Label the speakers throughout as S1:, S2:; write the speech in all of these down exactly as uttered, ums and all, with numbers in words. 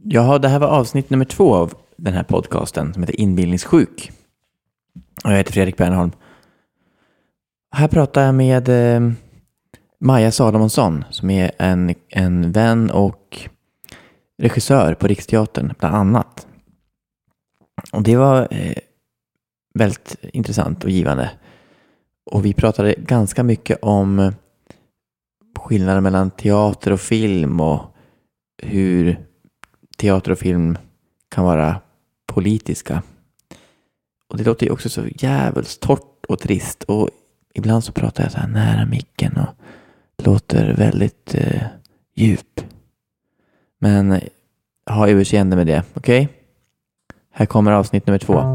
S1: Ja, det här var avsnitt nummer två av den här podcasten som heter Inbildningssjuk. Och jag heter Fredrik Bernholm. Här pratar jag med eh, Maja Salomonsson som är en, en vän och regissör på Riksteatern bland annat. Och det var eh, väldigt intressant och givande. Och vi pratade ganska mycket om skillnaden mellan teater och film och hur teater och film kan vara politiska. Och det låter ju också så jävligt torrt och trist. Och ibland så pratar jag så här nära micken och låter väldigt eh, djup. Men ha överseende med det, okej? Okay? Här kommer avsnitt nummer två.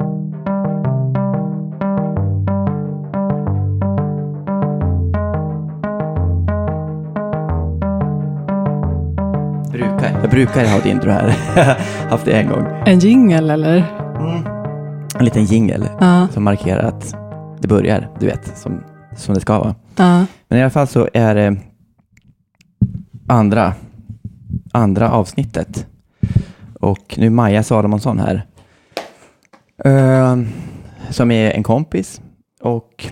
S1: Brukar. Jag brukar ha ett intro här. Haft det en gång.
S2: En jingle eller?
S1: Mm. En liten jingle
S2: ja.
S1: Som markerar att det börjar, du vet, som, som det ska vara.
S2: Ja.
S1: Men i alla fall så är det andra, andra avsnittet. Och nu är Maja Salomonsson här. Uh, som är en kompis och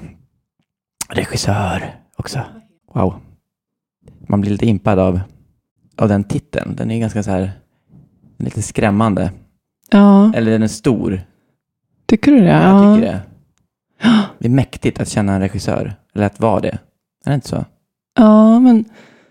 S1: regissör också. Wow. Man blir lite impad av av den titeln. Den är ganska så här lite skrämmande.
S2: Ja.
S1: Eller den är stor.
S2: Tycker du det?
S1: Ja, jag tycker det.
S2: Ja.
S1: Det är mäktigt att känna en regissör. Eller att vara det. Är det inte så?
S2: Ja, men,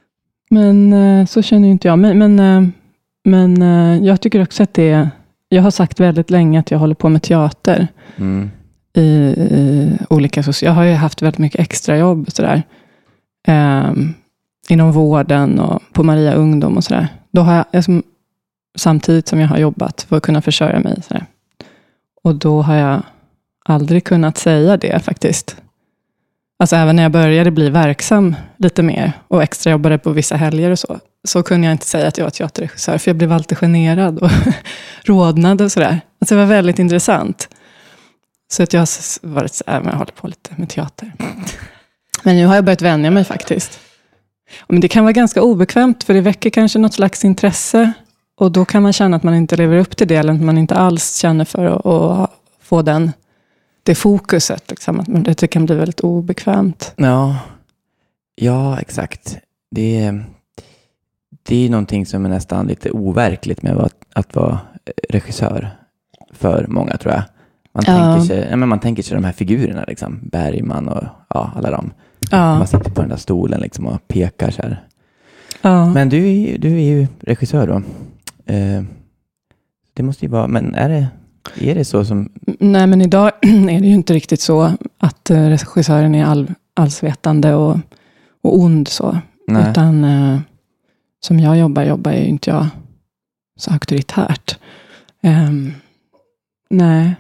S2: men så känner ju inte jag. Men, men, men jag tycker också att det är... Jag har sagt väldigt länge att jag håller på med teater.
S1: Mm.
S2: I, i olika... Jag har ju haft väldigt mycket extra jobb sådär. Um, inom vården och på Maria Ungdom och sådär. Då har jag, jag som, samtidigt som jag har jobbat för att kunna försörja mig. Sådär. Och då har jag aldrig kunnat säga det faktiskt. Alltså även när jag började bli verksam lite mer och extra jobbade på vissa helger och så. Så kunde jag inte säga att jag var teaterregissör. För jag blev alltid generad och rodnad och sådär. Alltså det var väldigt intressant. Så att jag har varit så här, men jag håller på lite med teater. Men nu har jag börjat vänja mig faktiskt. Men det kan vara ganska obekvämt för det väcker kanske något slags intresse och då kan man känna att man inte lever upp till det eller att man inte alls känner för att, att få den, det fokuset. Liksom, att det kan bli väldigt obekvämt.
S1: Ja, ja exakt. Det är, det är någonting som är nästan lite overkligt med att, att vara regissör för många tror jag. Man,
S2: ja.
S1: tänker sig, ja, men man tänker sig de här figurerna, liksom, Bergman och ja, alla dem.
S2: Ja.
S1: Man sitter på den där stolen liksom och pekar så här.
S2: Ja.
S1: Men du är, du är ju regissör då. Eh, det måste ju vara, men är det, är det så som...
S2: Nej, men idag är det ju inte riktigt så att regissören är all, allsvetande och, och ond så.
S1: Nej.
S2: Utan eh, som jag jobbar, jobbar är ju inte jag så auktoritärt. Eh, nej.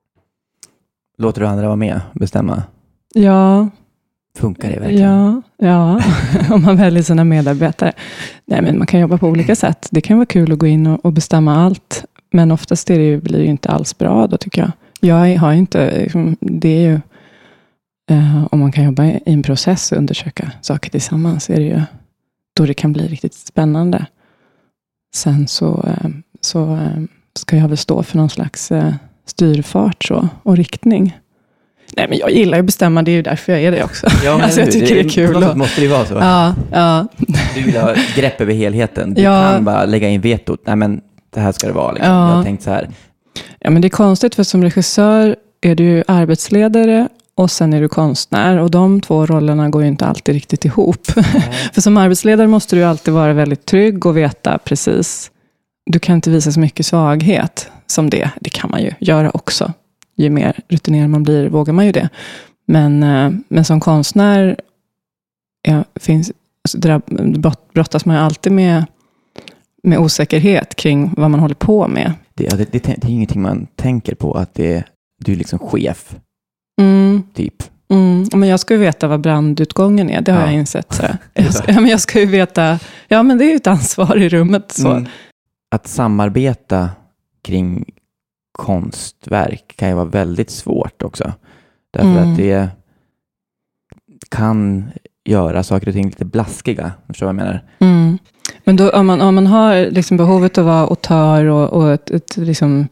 S1: Låter du andra vara med och bestämma?
S2: Ja.
S1: Funkar det verkligen?
S2: Ja, ja. Om man väljer sina medarbetare. Nej, men man kan jobba på olika sätt. Det kan vara kul att gå in och, och bestämma allt. Men oftast är det ju, blir det ju inte alls bra då tycker jag. Jag har inte, det är ju, eh, om man kan jobba i en process och undersöka saker tillsammans är det ju, då det kan bli riktigt spännande. Sen så, eh, så eh, ska jag väl stå för någon slags eh, styrfart så, och riktning. Nej, men jag gillar att bestämma, det är ju därför jag är det också.
S1: Ja, men
S2: alltså, jag tycker det, det är kul.
S1: På något sätt måste det vara så.
S2: Ja, ja.
S1: Du vill ha grepp över helheten. Du
S2: ja.
S1: kan bara lägga in vetot. Nej, men det här ska det vara. Liksom.
S2: Ja.
S1: Jag har tänkt så här.
S2: Ja, men det är konstigt för som regissör är du ju arbetsledare och sen är du konstnär. Och de två rollerna går ju inte alltid riktigt ihop. För som arbetsledare måste du alltid vara väldigt trygg och veta precis. Du kan inte visa så mycket svaghet som det. Det kan man ju göra också. Ju mer rutinerad man blir vågar man ju det. Men, men som konstnär ja, finns, brottas man ju alltid med, med osäkerhet kring vad man håller på med.
S1: Det, det, det, det är ingenting man tänker på att det, du är liksom chef.
S2: Mm.
S1: Typ.
S2: Mm. Men jag ska ju veta vad brandutgången är. Det har ja. jag insett. Så. Jag, ska, ja, men jag ska ju veta. Ja, men det är ju ett ansvar i rummet. Så. Mm.
S1: Att samarbeta kring konstverk kan ju vara väldigt svårt också. Därför mm. att det kan göra saker och ting lite blaskiga. Förstår vad jag menar?
S2: Mm. Men Men då, om, man, om man har liksom behovet att vara autör och, och ett, ett liksom,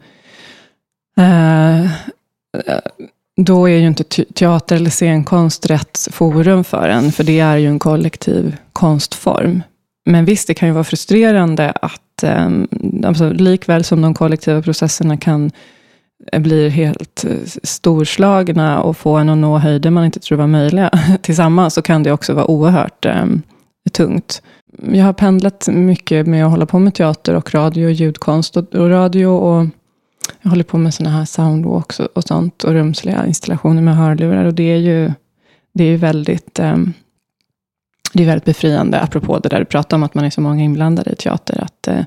S2: eh, då är ju inte teater eller scenkonst rätt forum för en, för det är ju en kollektiv konstform. Men visst, det kan ju vara frustrerande att eh, alltså, likväl som de kollektiva processerna kan bli helt storslagna och få en att nå höjder man inte tror var möjliga tillsammans, så kan det också vara oerhört eh, tungt. Jag har pendlat mycket med att hålla på med teater och radio och ljudkonst och, och radio, och jag håller på med såna här soundwalks och, och sånt och rumsliga installationer med hörlurar, och det är ju det är ju väldigt eh, det är väldigt befriande, apropå det där du pratade om att man är så många inblandade i teater, att eh,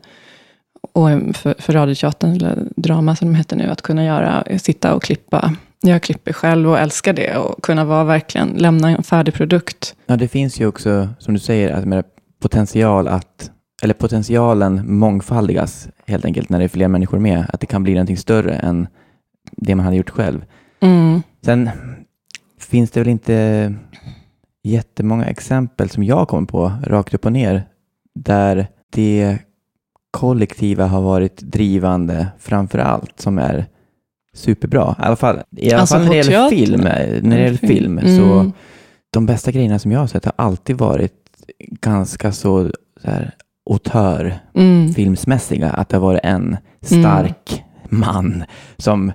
S2: och för, för radioteatern eller drama som de heter nu, att kunna göra, sitta och klippa. Jag klipper själv och älskar det, och kunna vara verkligen, lämna en färdig produkt.
S1: Ja, det finns ju också, som du säger, att med potential att, eller potentialen mångfaldigas helt enkelt när det är fler människor med, att det kan bli någonting större än det man hade gjort själv.
S2: Mm.
S1: Sen finns det väl inte jättemånga exempel som jag kommer på rakt upp och ner där det kollektiva har varit drivande framför allt, som är superbra. I alla fall, i alla
S2: alltså
S1: fall när det gäller
S2: teater.
S1: film, när det gäller film
S2: mm.
S1: så de bästa grejerna som jag har sett har alltid varit ganska så, så här autör
S2: mm.
S1: filmsmässiga, att det var en stark mm. man som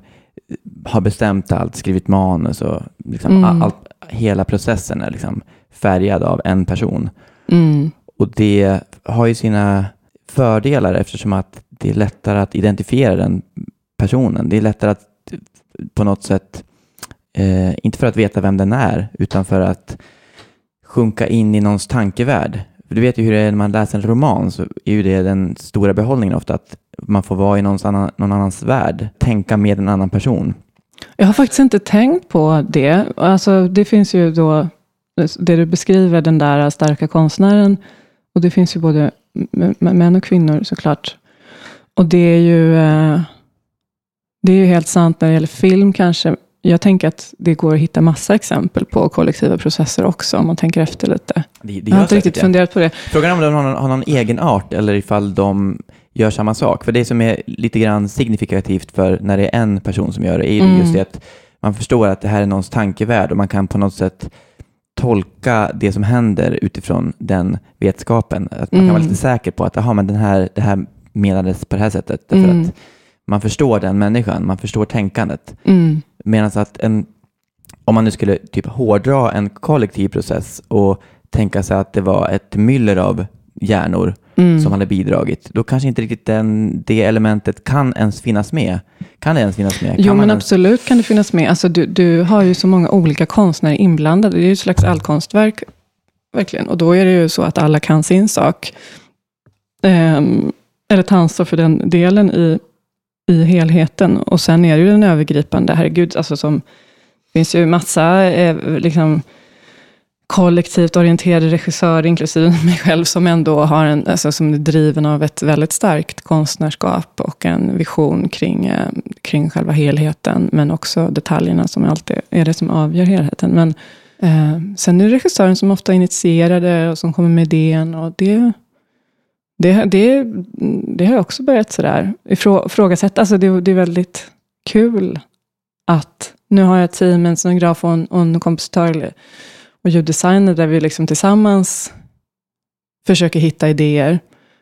S1: har bestämt allt, skrivit manus och liksom mm. allt, hela processen är liksom färgad av en person.
S2: Mm.
S1: Och det har ju sina fördelar eftersom att det är lättare att identifiera den personen. Det är lättare att på något sätt, eh, inte för att veta vem den är, utan för att sjunka in i någons tankevärld. För du vet ju hur det är när man läser en roman, så är ju det den stora behållningen ofta, att man får vara i någons annan, någon annans värld, tänka med en annan person.
S2: Jag har faktiskt inte tänkt på det. Alltså, det finns ju då det du beskriver, den där starka konstnären, och det finns ju både män och kvinnor såklart. Och det är ju det är ju helt sant när det gäller film kanske. Jag tänker att det går att hitta massa exempel på kollektiva processer också, om man tänker efter lite.
S1: Det, det
S2: jag har inte riktigt det. funderat på det.
S1: Frågan är om de har någon, har någon egen art eller ifall de gör samma sak. För det som är lite grann signifikativt för när det är en person som gör det är ju mm. just det att man förstår att det här är någons tankevärld, och man kan på något sätt tolka det som händer utifrån den vetskapen. Att man mm. kan vara lite säker på att aha, men den här, det här menades på det här sättet. Därför mm. att man förstår den människan, man förstår tänkandet.
S2: Mm.
S1: Medan att en, om man nu skulle typ hårdra en kollektiv process och tänka sig att det var ett myller av hjärnor mm. som hade bidragit, då kanske inte riktigt den, det elementet kan ens finnas med. Kan det ens finnas med? Kan
S2: jo, men
S1: ens...
S2: absolut kan det finnas med. Alltså, du, du har ju så många olika konstnärer inblandade. Det är ju ett slags allkonstverk, verkligen. Och då är det ju så att alla kan sin sak. Um, eller ta ansvar för den delen i, i helheten. Och sen är det ju den övergripande. Herregud, alltså som det finns ju massa eh, liksom kollektivt orienterade regissörer, inklusive mig själv, som ändå har en, alltså som är driven av ett väldigt starkt konstnärskap och en vision kring, eh, kring själva helheten, men också detaljerna som alltid är det som avgör helheten. Men eh, sen är det regissören som ofta initierar det och som kommer med idén, och det det, det, det har jag också börjat sådär ifrågasätta. Alltså det, det är väldigt kul att nu har jag ett team, en scenograf och en, och en kompositör och ljuddesigner där vi liksom tillsammans försöker hitta idéer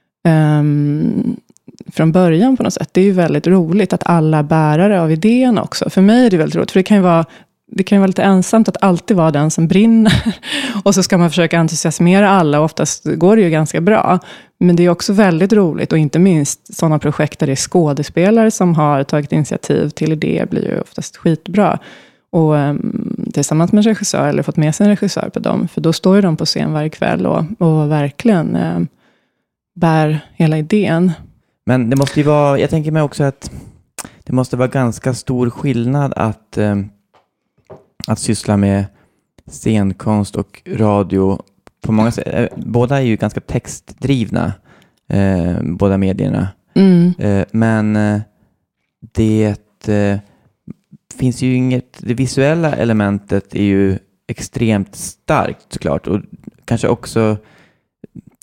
S2: um, från början på något sätt. Det är ju väldigt roligt att alla bärare av idén också. För mig är det väldigt roligt, för det kan ju vara, det kan ju vara lite ensamt att alltid vara den som brinner. Och så ska man försöka entusiasmera alla, och oftast går det ju ganska bra. Men det är också väldigt roligt, och inte minst sådana projekt där det är skådespelare som har tagit initiativ till idéer blir ju oftast skitbra. Och um, tillsammans med en regissör, eller fått med sig en regissör på dem. För då står ju de på scen varje kväll och, och verkligen um, bär hela idén.
S1: Men det måste ju vara, jag tänker mig också att det måste vara ganska stor skillnad att, um, att syssla med scenkonst och radio på många sätt. Båda är ju ganska textdrivna, eh, båda medierna.
S2: Mm.
S1: Eh, men eh, det eh, finns ju inget, det visuella elementet är ju extremt starkt såklart, och kanske också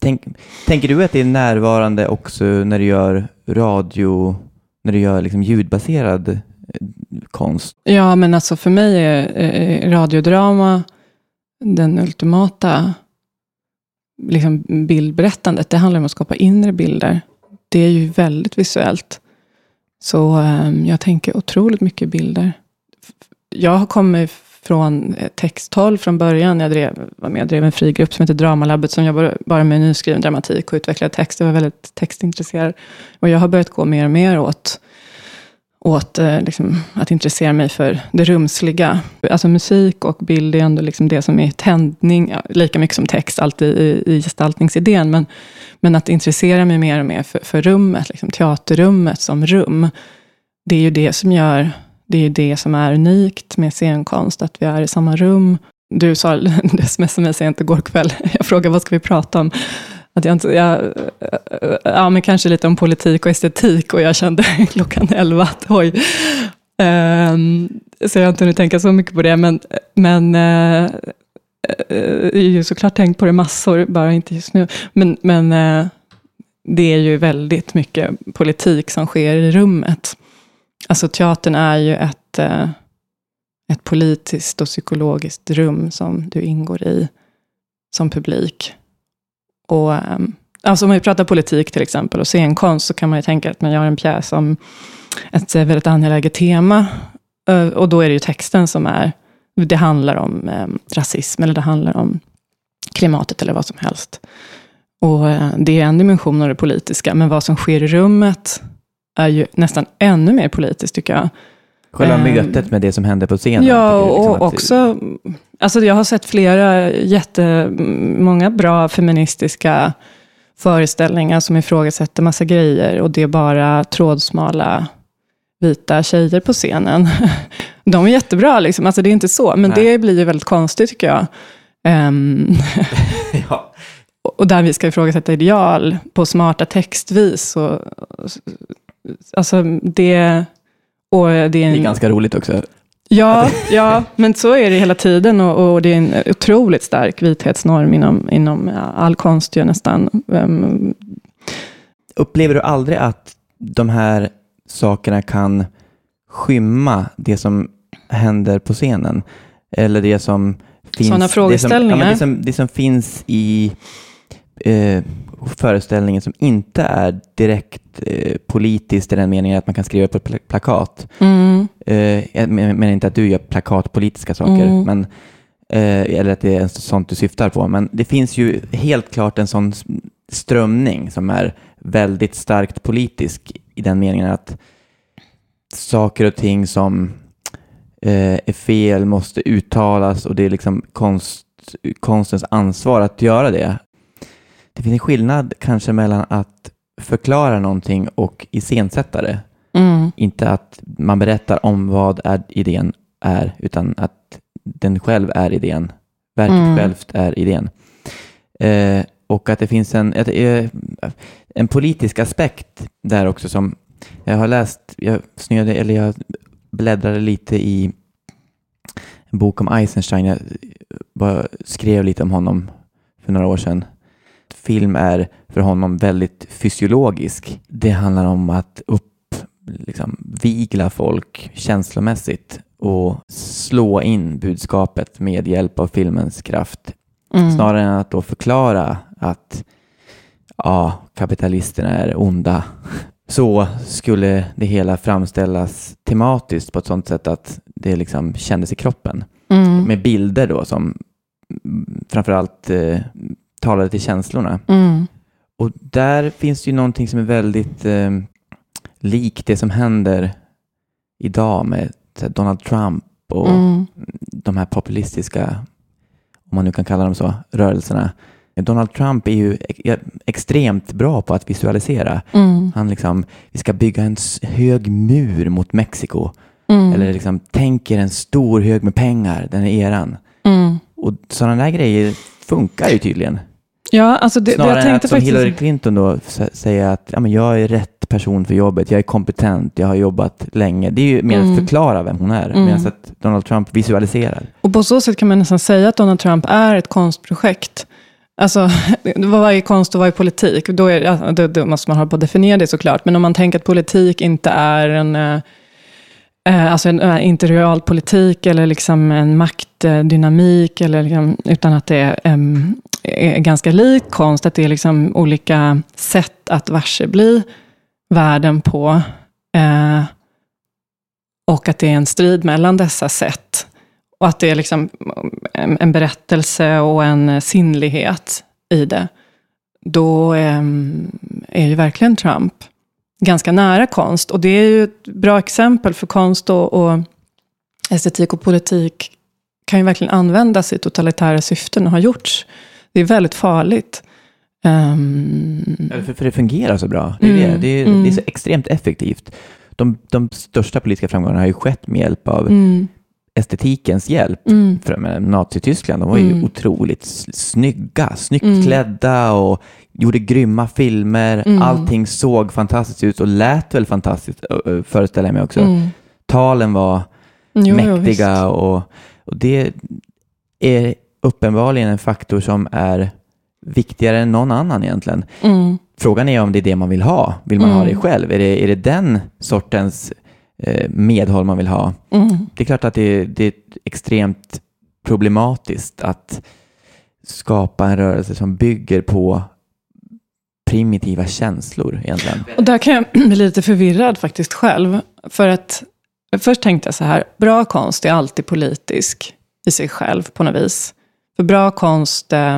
S1: Tänk, tänker du att det är närvarande också när du gör radio, när du gör liksom ljudbaserad konst?
S2: Ja, men alltså för mig är eh, radiodrama den ultimata liksom bildberättandet. Det handlar om att skapa inre bilder. Det är ju väldigt visuellt. Så eh, jag tänker otroligt mycket bilder. Jag har kommit från texthåll från början. Jag drev, var med och drev en fri grupp som heter Dramalabbet som jobbar bara med nyskriven dramatik och utvecklad text. Jag var väldigt textintresserad. Och jag har börjat gå mer och mer åt, åt eh, liksom, att intressera mig för det rumsliga. Alltså musik och bild är ändå liksom det som är tändning, ja, lika mycket som text, alltid i, i gestaltningsidén. Men, men att intressera mig mer och mer för, för rummet, liksom, teaterrummet som rum. Det är ju det som gör... Det är det som är unikt med scenkonst, att vi är i samma rum. Du sa, det smsade mig sent igår kväll. Jag frågade, vad ska vi prata om? Att jag inte, jag, ja, men kanske lite om politik och estetik. Och jag kände klockan elva att oj. Um, så jag har inte hunnit tänka så mycket på det. Men, men uh, jag har ju såklart tänkt på det massor, bara inte just nu. Men, men uh, det är ju väldigt mycket politik som sker i rummet. Alltså teatern är ju ett, ett politiskt och psykologiskt rum som du ingår i som publik. Och alltså om vi pratar politik till exempel och scenkonst så kan man ju tänka att man gör en pjäs om ett väldigt angeläget tema. Och då är det ju texten som är, det handlar om rasism eller det handlar om klimatet eller vad som helst. Och det är en dimension av det politiska, men vad som sker i rummet är ju nästan ännu mer politiskt tycker jag.
S1: Själva um, mötet med det som händer på scenen.
S2: Ja, liksom och att... också, alltså jag har sett flera jättemånga bra feministiska föreställningar som ifrågasätter massa grejer och det är bara trådsmala vita tjejer på scenen. De är jättebra liksom, alltså det är inte så, men Nej. Det blir ju väldigt konstigt tycker jag. Um, ja. Och där vi ska ifrågasätta ideal på smarta textvis och alltså det och det är, en,
S1: det är ganska roligt också.
S2: Ja, ja, men så är det hela tiden och, och det är en otroligt stark vithetsnorm inom, inom all konst ju nästan. Um,
S1: Upplever du aldrig att de här sakerna kan skymma det som händer på scenen? Eller det som finns...
S2: Sådana frågeställningar?
S1: Det som, ja, men det, som, det som finns i... Eh, föreställningen som inte är direkt eh, politiskt i den meningen att man kan skriva på pl- plakat. Mm. Eh, jag menar inte att du gör plakatpolitiska saker, mm. men, eh, eller att det är sånt du syftar på. Men det finns ju helt klart en sån strömning som är väldigt starkt politisk i den meningen att saker och ting som eh, är fel måste uttalas och det är liksom konst, konstens ansvar att göra det. Det finns en skillnad kanske mellan att förklara någonting och iscensätta det. Mm. Inte att man berättar om vad är idén är, utan att den själv är idén. Verket mm. självt är idén. Eh, och att det finns en, ett, eh, en politisk aspekt där också som jag har läst, jag snöade, eller jag bläddrade lite i en bok om Eisenstein. Jag bara skrev lite om honom för några år sedan. Film är för honom väldigt fysiologisk. Det handlar om att upp, liksom, vigla folk känslomässigt och slå in budskapet med hjälp av filmens kraft. Mm. Snarare än att då förklara att ja, kapitalisterna är onda. Så skulle det hela framställas tematiskt på ett sånt sätt att det liksom kändes i kroppen. Mm. Med bilder då som framförallt eh, talade till känslorna. Mm. Och där finns det ju någonting som är väldigt eh, likt det som händer idag med här, Donald Trump och mm. de här populistiska, om man nu kan kalla dem så, rörelserna. Donald Trump är ju extremt bra på att visualisera. Mm. Han liksom, vi ska bygga en hög mur mot Mexiko. Mm. Eller liksom, tänker en stor hög med pengar, den är eran. Mm. Och sådana där grejer funkar ju tydligen.
S2: Ja, alltså det,
S1: snarare
S2: det jag tänkte
S1: än att som
S2: faktiskt...
S1: Hillary Clinton då säger att ja, men jag är rätt person för jobbet, jag är kompetent, jag har jobbat länge. Det är ju mer mm. att förklara vem hon är, mm. medan att Donald Trump visualiserar.
S2: Och på så sätt kan man nästan säga att Donald Trump är ett konstprojekt. Alltså, vad är konst och vad är politik? Då, är, ja, då, då måste man ha på att definiera det såklart. Men om man tänker att politik inte är en, eh, alltså en äh, inte real politik eller liksom en maktdynamik, eller liksom, utan att det är, eh, är ganska lik konst, att det är liksom olika sätt att varsebli världen på. Eh, och att det är en strid mellan dessa sätt. Och att det är liksom en, en berättelse och en sinnlighet i det. Då eh, är ju verkligen Trump ganska nära konst. Och det är ju ett bra exempel, för konst och, och estetik och politik kan ju verkligen användas i totalitära syften och har gjorts. Det är väldigt farligt. Um,
S1: ja, för, för det fungerar så bra. Det är, mm, det. Det är, mm. det är så extremt effektivt. De, de största politiska framgångarna har ju skett med hjälp av mm. estetikens hjälp. Mm. För Nazityskland, de var ju mm. otroligt snygga, snyggt mm. klädda och gjorde grymma filmer. Mm. Allting såg fantastiskt ut och lät väl fantastiskt, föreställer jag mig också. Mm. Talen var jo, mäktiga jo, och, och det är uppenbarligen en faktor som är viktigare än någon annan egentligen. Mm. Frågan är om det är det man vill ha. Vill man mm. ha det själv? Är det, är det den sortens eh, medhåll man vill ha? Mm. Det är klart att det, det är extremt problematiskt att skapa en rörelse som bygger på primitiva känslor egentligen.
S2: Och där kan jag bli lite förvirrad faktiskt själv. För att först tänkte jag så här, bra konst är alltid politisk i sig själv på något vis. För bra konst eh,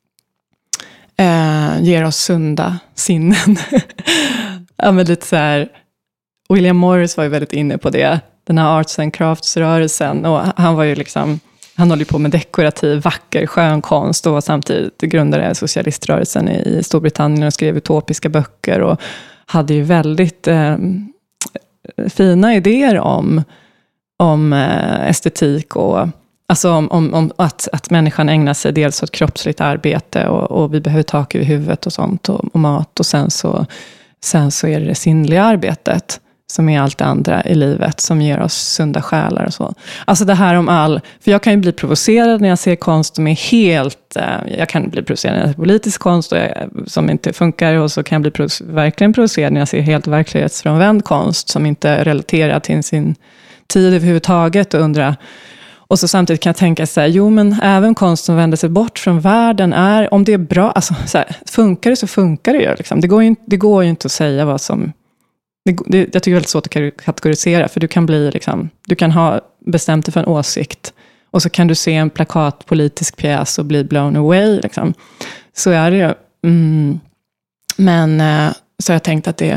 S2: eh, ger oss sunda sinnen. Ja, men lite så här, William Morris var ju väldigt inne på det. Den här arts and crafts-rörelsen. Och han var ju liksom, han håller ju på med dekorativ, vacker, skön konst och samtidigt grundade socialiströrelsen i Storbritannien och skrev utopiska böcker och hade ju väldigt eh, fina idéer om, om eh, estetik och alltså om, om, om att, att människan ägnar sig dels åt kroppsligt arbete och, och vi behöver tak över huvudet och sånt och, och mat, och sen så, sen så är det det sinnliga arbetet som är allt det andra i livet som ger oss sunda själar och så. Alltså det här om all, för jag kan ju bli provocerad när jag ser konst som är helt, eh, jag kan bli provocerad när jag ser politisk konst och jag, som inte funkar, och så kan jag bli provo- verkligen provocerad när jag ser helt verklighetsfrånvänd konst som inte relaterar till sin tid överhuvudtaget och undrar. Och så samtidigt kan jag tänka så här, jo men även konst som vänder sig bort från världen är, om det är bra, alltså så här, funkar det så funkar det ju liksom. Det går ju, det går ju inte att säga vad som, det, det, jag tycker det är väldigt svårt att kategorisera, för du kan bli liksom, du kan ha bestämt dig för en åsikt och så kan du se en plakat, politisk pjäs och bli blown away liksom. Så är det ju. Mm. Men så har jag tänkt att det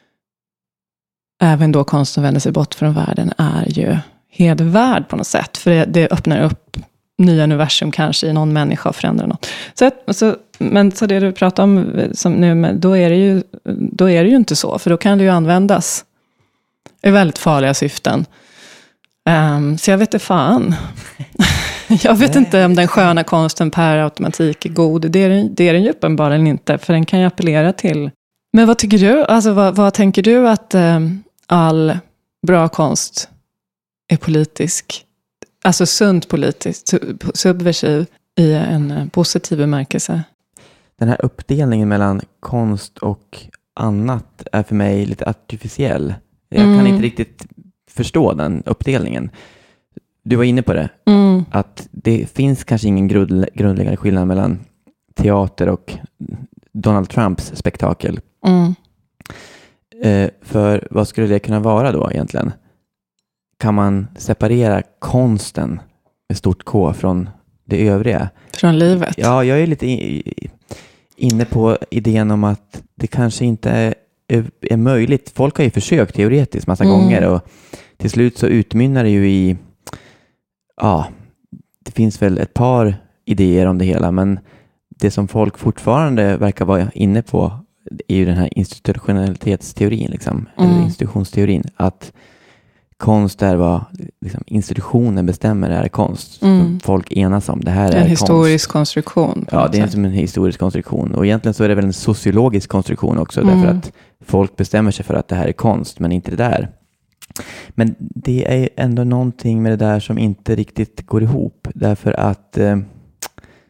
S2: även då konst som vänder sig bort från världen är ju hedvärd på något sätt. För det, det öppnar upp nya universum kanske i någon människa och förändrar något. Så, så, men så det du pratar om som nu, då är det ju, då är det ju inte så. För då kan det ju användas i väldigt farliga syften. Um, så jag vet inte fan. Jag vet inte om den sköna konsten per automatik är god. Det är, det är den ju uppenbarligen inte. För den kan ju appellera till. Men vad tycker du? Alltså vad, vad tänker du att um, all bra konst är politisk, alltså sunt politisk, subversiv i en positiv bemärkelse?
S1: Den här uppdelningen mellan konst och annat är för mig lite artificiell. Jag mm. kan inte riktigt förstå den uppdelningen. Du var inne på det, mm. att det finns kanske ingen grund, grundläggande skillnad mellan teater och Donald Trumps spektakel. Mm. Eh, för vad skulle det kunna vara då egentligen? Kan man separera konsten med stort K från det övriga?
S2: Från livet?
S1: Ja, jag är lite inne på idén om att det kanske inte är, är möjligt. Folk har ju försökt teoretiskt massa mm. gånger och till slut så utmynnar det ju i, ja, det finns väl ett par idéer om det hela, men det som folk fortfarande verkar vara inne på är ju den här institutionalitetsteorin, liksom, mm. eller institutionsteorin, att konst är vad liksom, institutionen bestämmer är konst. Mm. Folk enas om det här är konst.
S2: En historisk konstruktion.
S1: Ja, det är som en historisk konstruktion. Och egentligen så är det väl en sociologisk konstruktion också. Mm. Därför att folk bestämmer sig för att det här är konst, men inte det där. Men det är ändå någonting med det där som inte riktigt går ihop. Därför att eh,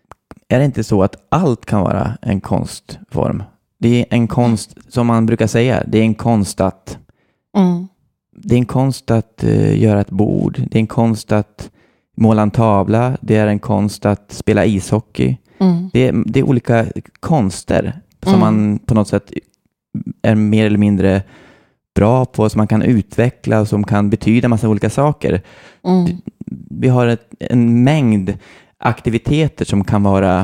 S1: är det inte så att allt kan vara en konstform? Det är en konst, som man brukar säga, det är en konst att
S2: Mm.
S1: det är en konst att uh, göra ett bord. Det är en konst att måla en tavla. Det är en konst att spela ishockey.
S2: Mm.
S1: Det är, det är olika konster som
S2: Mm.
S1: man på något sätt är mer eller mindre bra på, som man kan utveckla och som kan betyda massa olika saker.
S2: Mm.
S1: Vi har ett, en mängd aktiviteter som kan vara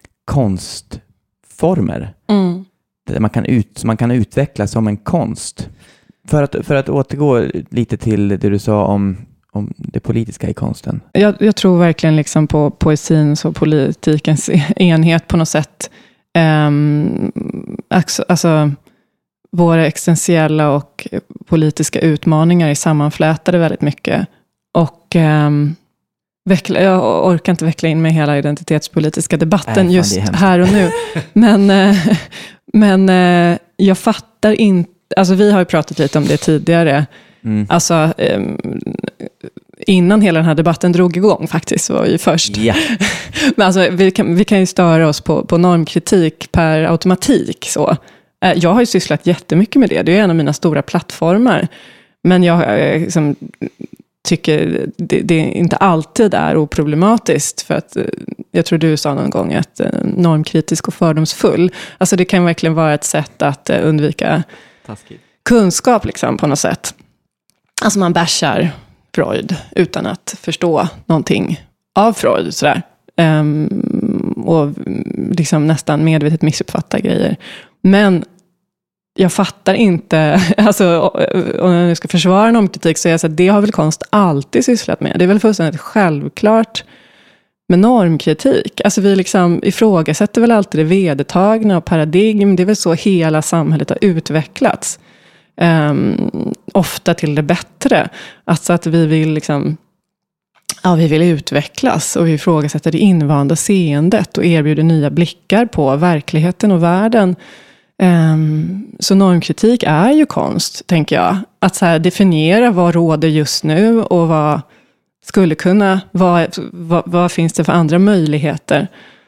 S1: konstformer.
S2: Mm.
S1: Där man kan, ut, som man kan utveckla som en konst. För att, för att återgå lite till det du sa om, om det politiska i konsten.
S2: Jag, jag tror verkligen liksom på poesins och politikens enhet på något sätt. Um, alltså, alltså, våra existentiella och politiska utmaningar är sammanflätade väldigt mycket. Och um, veckla, jag orkar inte veckla in med hela identitetspolitiska debatten
S1: Nej,
S2: just
S1: fan,
S2: här och nu. Men, uh, men uh, jag fattar inte, alltså vi har ju pratat lite om det tidigare.
S1: Mm.
S2: Alltså um, innan hela den här debatten drog igång faktiskt, var vi först.
S1: Ja.
S2: Men alltså, vi, kan, vi kan ju störa oss på, på normkritik per automatik. Så. Jag har ju sysslat jättemycket med det. Det är en av mina stora plattformar. Men jag liksom, tycker det, det inte alltid är oproblematiskt. För att jag tror du sa någon gång att normkritisk och fördomsfull. Alltså det kan verkligen vara ett sätt att undvika
S1: Taskigt.
S2: kunskap liksom, på något sätt. Alltså man bashar Freud utan att förstå någonting av Freud. Sådär. Um, och liksom nästan medvetet missuppfatta grejer. Men jag fattar inte, alltså om jag nu ska försvara normkritik så är jag så att det har väl konst alltid sysslat med. Det är väl fullständigt självklart med normkritik. Alltså vi liksom ifrågasätter väl alltid det vedertagna och paradigm. Det är väl så hela samhället har utvecklats. Um, ofta till det bättre. Alltså att vi vill liksom ja, vi vill utvecklas och vi ifrågasätter det invanda seendet och erbjuder nya blickar på verkligheten och världen. Um, så normkritik är ju konst, tänker jag. Att så här definiera vad råder just nu och vad skulle kunna, vad, vad, vad finns det för andra möjligheter.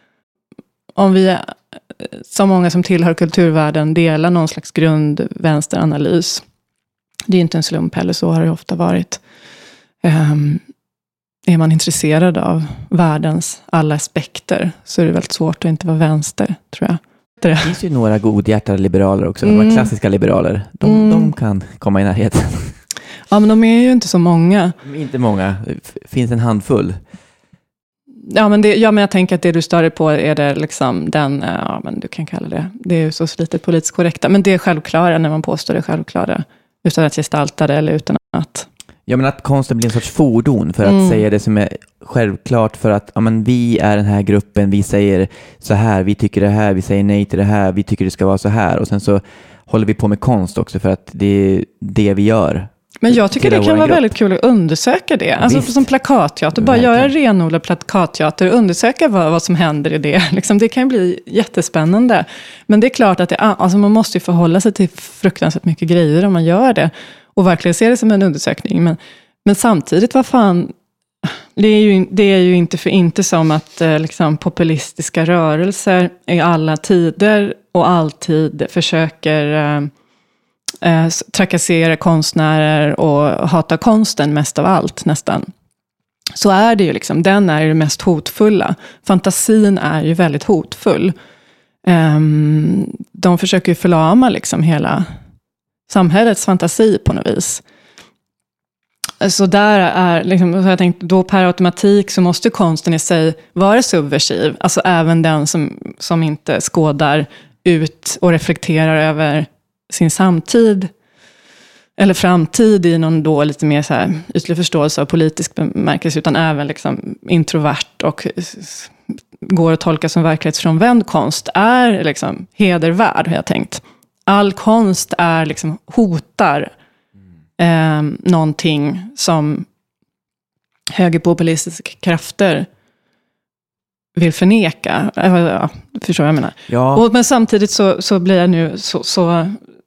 S2: Om vi, som många som tillhör kulturvärlden, delar någon slags grund-vänsteranalys. Det är inte en slump heller, så har det ofta varit. Um, är man intresserad av världens alla aspekter så är det väldigt svårt att inte vara vänster, tror jag.
S1: Det finns ju några godhjärtade liberaler också. De
S2: Mm.
S1: var klassiska liberaler. De,
S2: Mm.
S1: de kan komma i närheten.
S2: Ja, men de är ju inte så många.
S1: De är inte många. Det finns en handfull.
S2: Ja, men, det, ja, men jag tänker att det du stör dig på är det liksom den, ja men du kan kalla det, det är ju så slitet politiskt korrekta. Men det är självklara när man påstår det självklara. Utan att gestalta det eller utan att...
S1: Ja, men att konsten blir en sorts fordon för att
S2: Mm.
S1: säga det som är självklart, för att ja, men vi är den här gruppen, vi säger så här, vi tycker det här, vi säger nej till det här, vi tycker det ska vara så här, och sen så håller vi på med konst också för att det är det vi gör.
S2: Men jag tycker
S1: Till
S2: det kan
S1: vår
S2: vara
S1: grupp.
S2: väldigt kul att undersöka det. Alltså
S1: Visst.
S2: som plakatteater, bara
S1: Verkligen.
S2: göra renodlad plakatteater och undersöka vad, vad som händer i det. Liksom, det kan ju bli jättespännande. Men det är klart att det, alltså man måste ju förhålla sig till fruktansvärt mycket grejer om man gör det. Och verkligen se det som en undersökning. Men, men samtidigt, vad fan, det är, ju, det är ju inte för inte som att eh, liksom, populistiska rörelser i alla tider och alltid försöker... Eh, Eh, trakassera konstnärer och hata konsten mest av allt nästan. Så är det ju liksom, den är ju det mest hotfulla. Fantasin är ju väldigt hotfull. Eh, de försöker ju förlama liksom hela samhällets fantasi på något vis. Så där är liksom, så jag tänkte, då per automatik så måste konsten i sig vara subversiv. Alltså även den som, som inte skådar ut och reflekterar över sin samtid eller framtid i någon då lite mer så här ytlig förståelse av politisk bemärkelse, utan även liksom introvert och går att tolka som verklighetsfrånvänd konst är liksom hedervärd, har jag tänkt. All konst är liksom hotar eh, någonting som högerpopulistiska krafter vill förneka. Ja, förstår jag menar.
S1: Ja.
S2: Och, men samtidigt så, så blir jag nu så, så,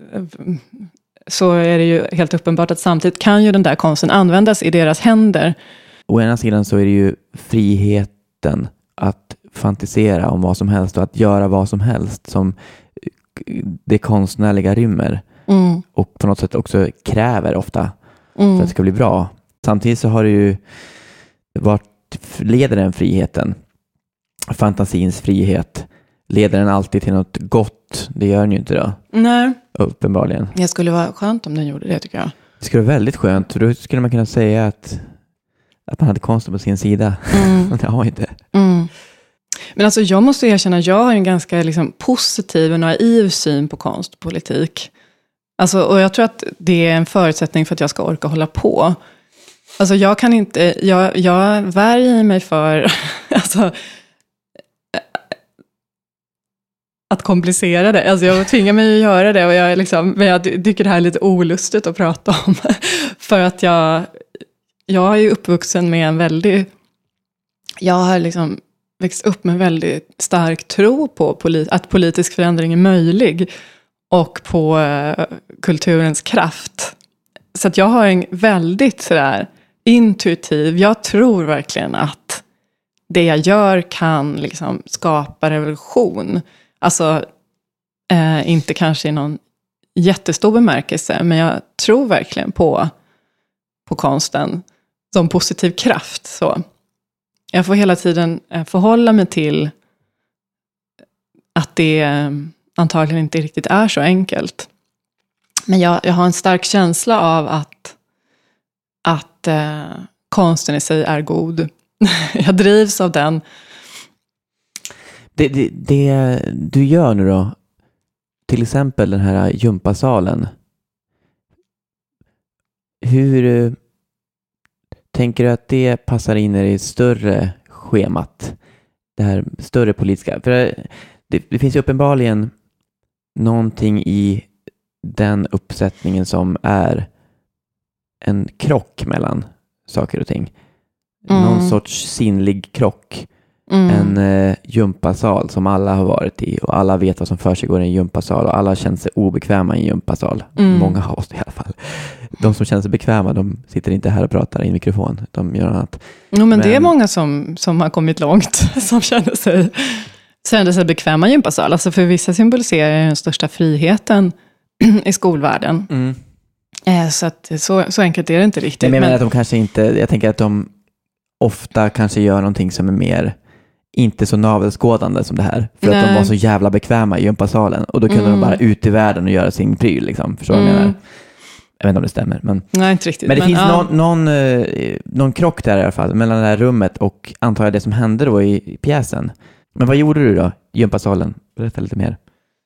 S2: så är det ju helt uppenbart att samtidigt kan ju den där konsten användas i deras händer.
S1: Å ena sidan så är det ju friheten att fantisera om vad som helst och att göra vad som helst som det konstnärliga rymmer.
S2: Mm.
S1: Och på något sätt också kräver ofta
S2: Mm.
S1: för att det ska bli bra. Samtidigt så har det ju vart leder den friheten? Fantasins frihet. Leder den alltid till något gott? Det gör den ju inte då.
S2: Nej.
S1: Uppenbarligen.
S2: Det skulle vara skönt om den gjorde det, tycker jag.
S1: Det skulle vara väldigt skönt. För då skulle man kunna säga att, att man hade konsten på sin sida.
S2: Mm.
S1: Men det har inte.
S2: Mm. Men alltså jag måste erkänna, jag har en ganska liksom positiv och naiv syn på konstpolitik. Alltså, och jag tror att det är en förutsättning för att jag ska orka hålla på. Alltså jag kan inte, jag, jag värjer mig för alltså, att komplicera det. Alltså jag tvingar mig att göra det och jag liksom, men jag tycker det här är lite olustigt att prata om. För att jag, jag är ju uppvuxen med en väldigt, jag har liksom växt upp med väldigt stark tro på polit, att politisk förändring är möjlig och på uh, kulturens kraft. Så att jag har en väldigt sådär intuitiv, jag tror verkligen att det jag gör kan liksom skapa revolution. Alltså eh, inte kanske i någon jättestor bemärkelse, men jag tror verkligen på, på konsten som positiv kraft. Så jag får hela tiden förhålla mig till att det eh, antagligen inte riktigt är så enkelt. Men jag, jag har en stark känsla av att, att eh, konsten i sig är god. Jag drivs av den.
S1: Det, det, det du gör nu då, till exempel den här gympasalen. Hur tänker du att det passar in i det större schemat? Det här större politiska. För det, det finns ju uppenbarligen någonting i den uppsättningen som är en krock mellan saker och ting. Mm. Någon sorts sinnlig krock. Mm. En eh, gympasal som alla har varit i och alla vet vad som för sig går i en gympasal och alla känner sig obekväma i en gympasal. Mm. Många av oss i alla fall. De som känner sig bekväma, de sitter inte här och pratar i en mikrofon. De gör annat.
S2: Jo, men, men det är många som, som har kommit långt som känner sig, känner sig bekväma i gympasal. Alltså för vissa symboliserar den största friheten i skolvärlden. Mm. Eh, så, att, så, så enkelt är det inte riktigt.
S1: Nej, men jag menar att de kanske inte, jag tänker att de ofta kanske gör någonting som är mer inte så navelskådande som det här. För Nej. Att de var så jävla bekväma i gympasalen. Och då kunde mm. de bara ut i världen och göra sin pryl. Liksom. Förstår du mm. vad jag menar? Jag vet inte om det stämmer. Men,
S2: Nej, inte riktigt.
S1: men det
S2: men,
S1: finns
S2: ja.
S1: någon, någon, eh, någon krock där i alla fall. Mellan det här rummet och antar jag det som hände då i, i pjäsen. Men vad gjorde du då i gympasalen? Berätta lite mer.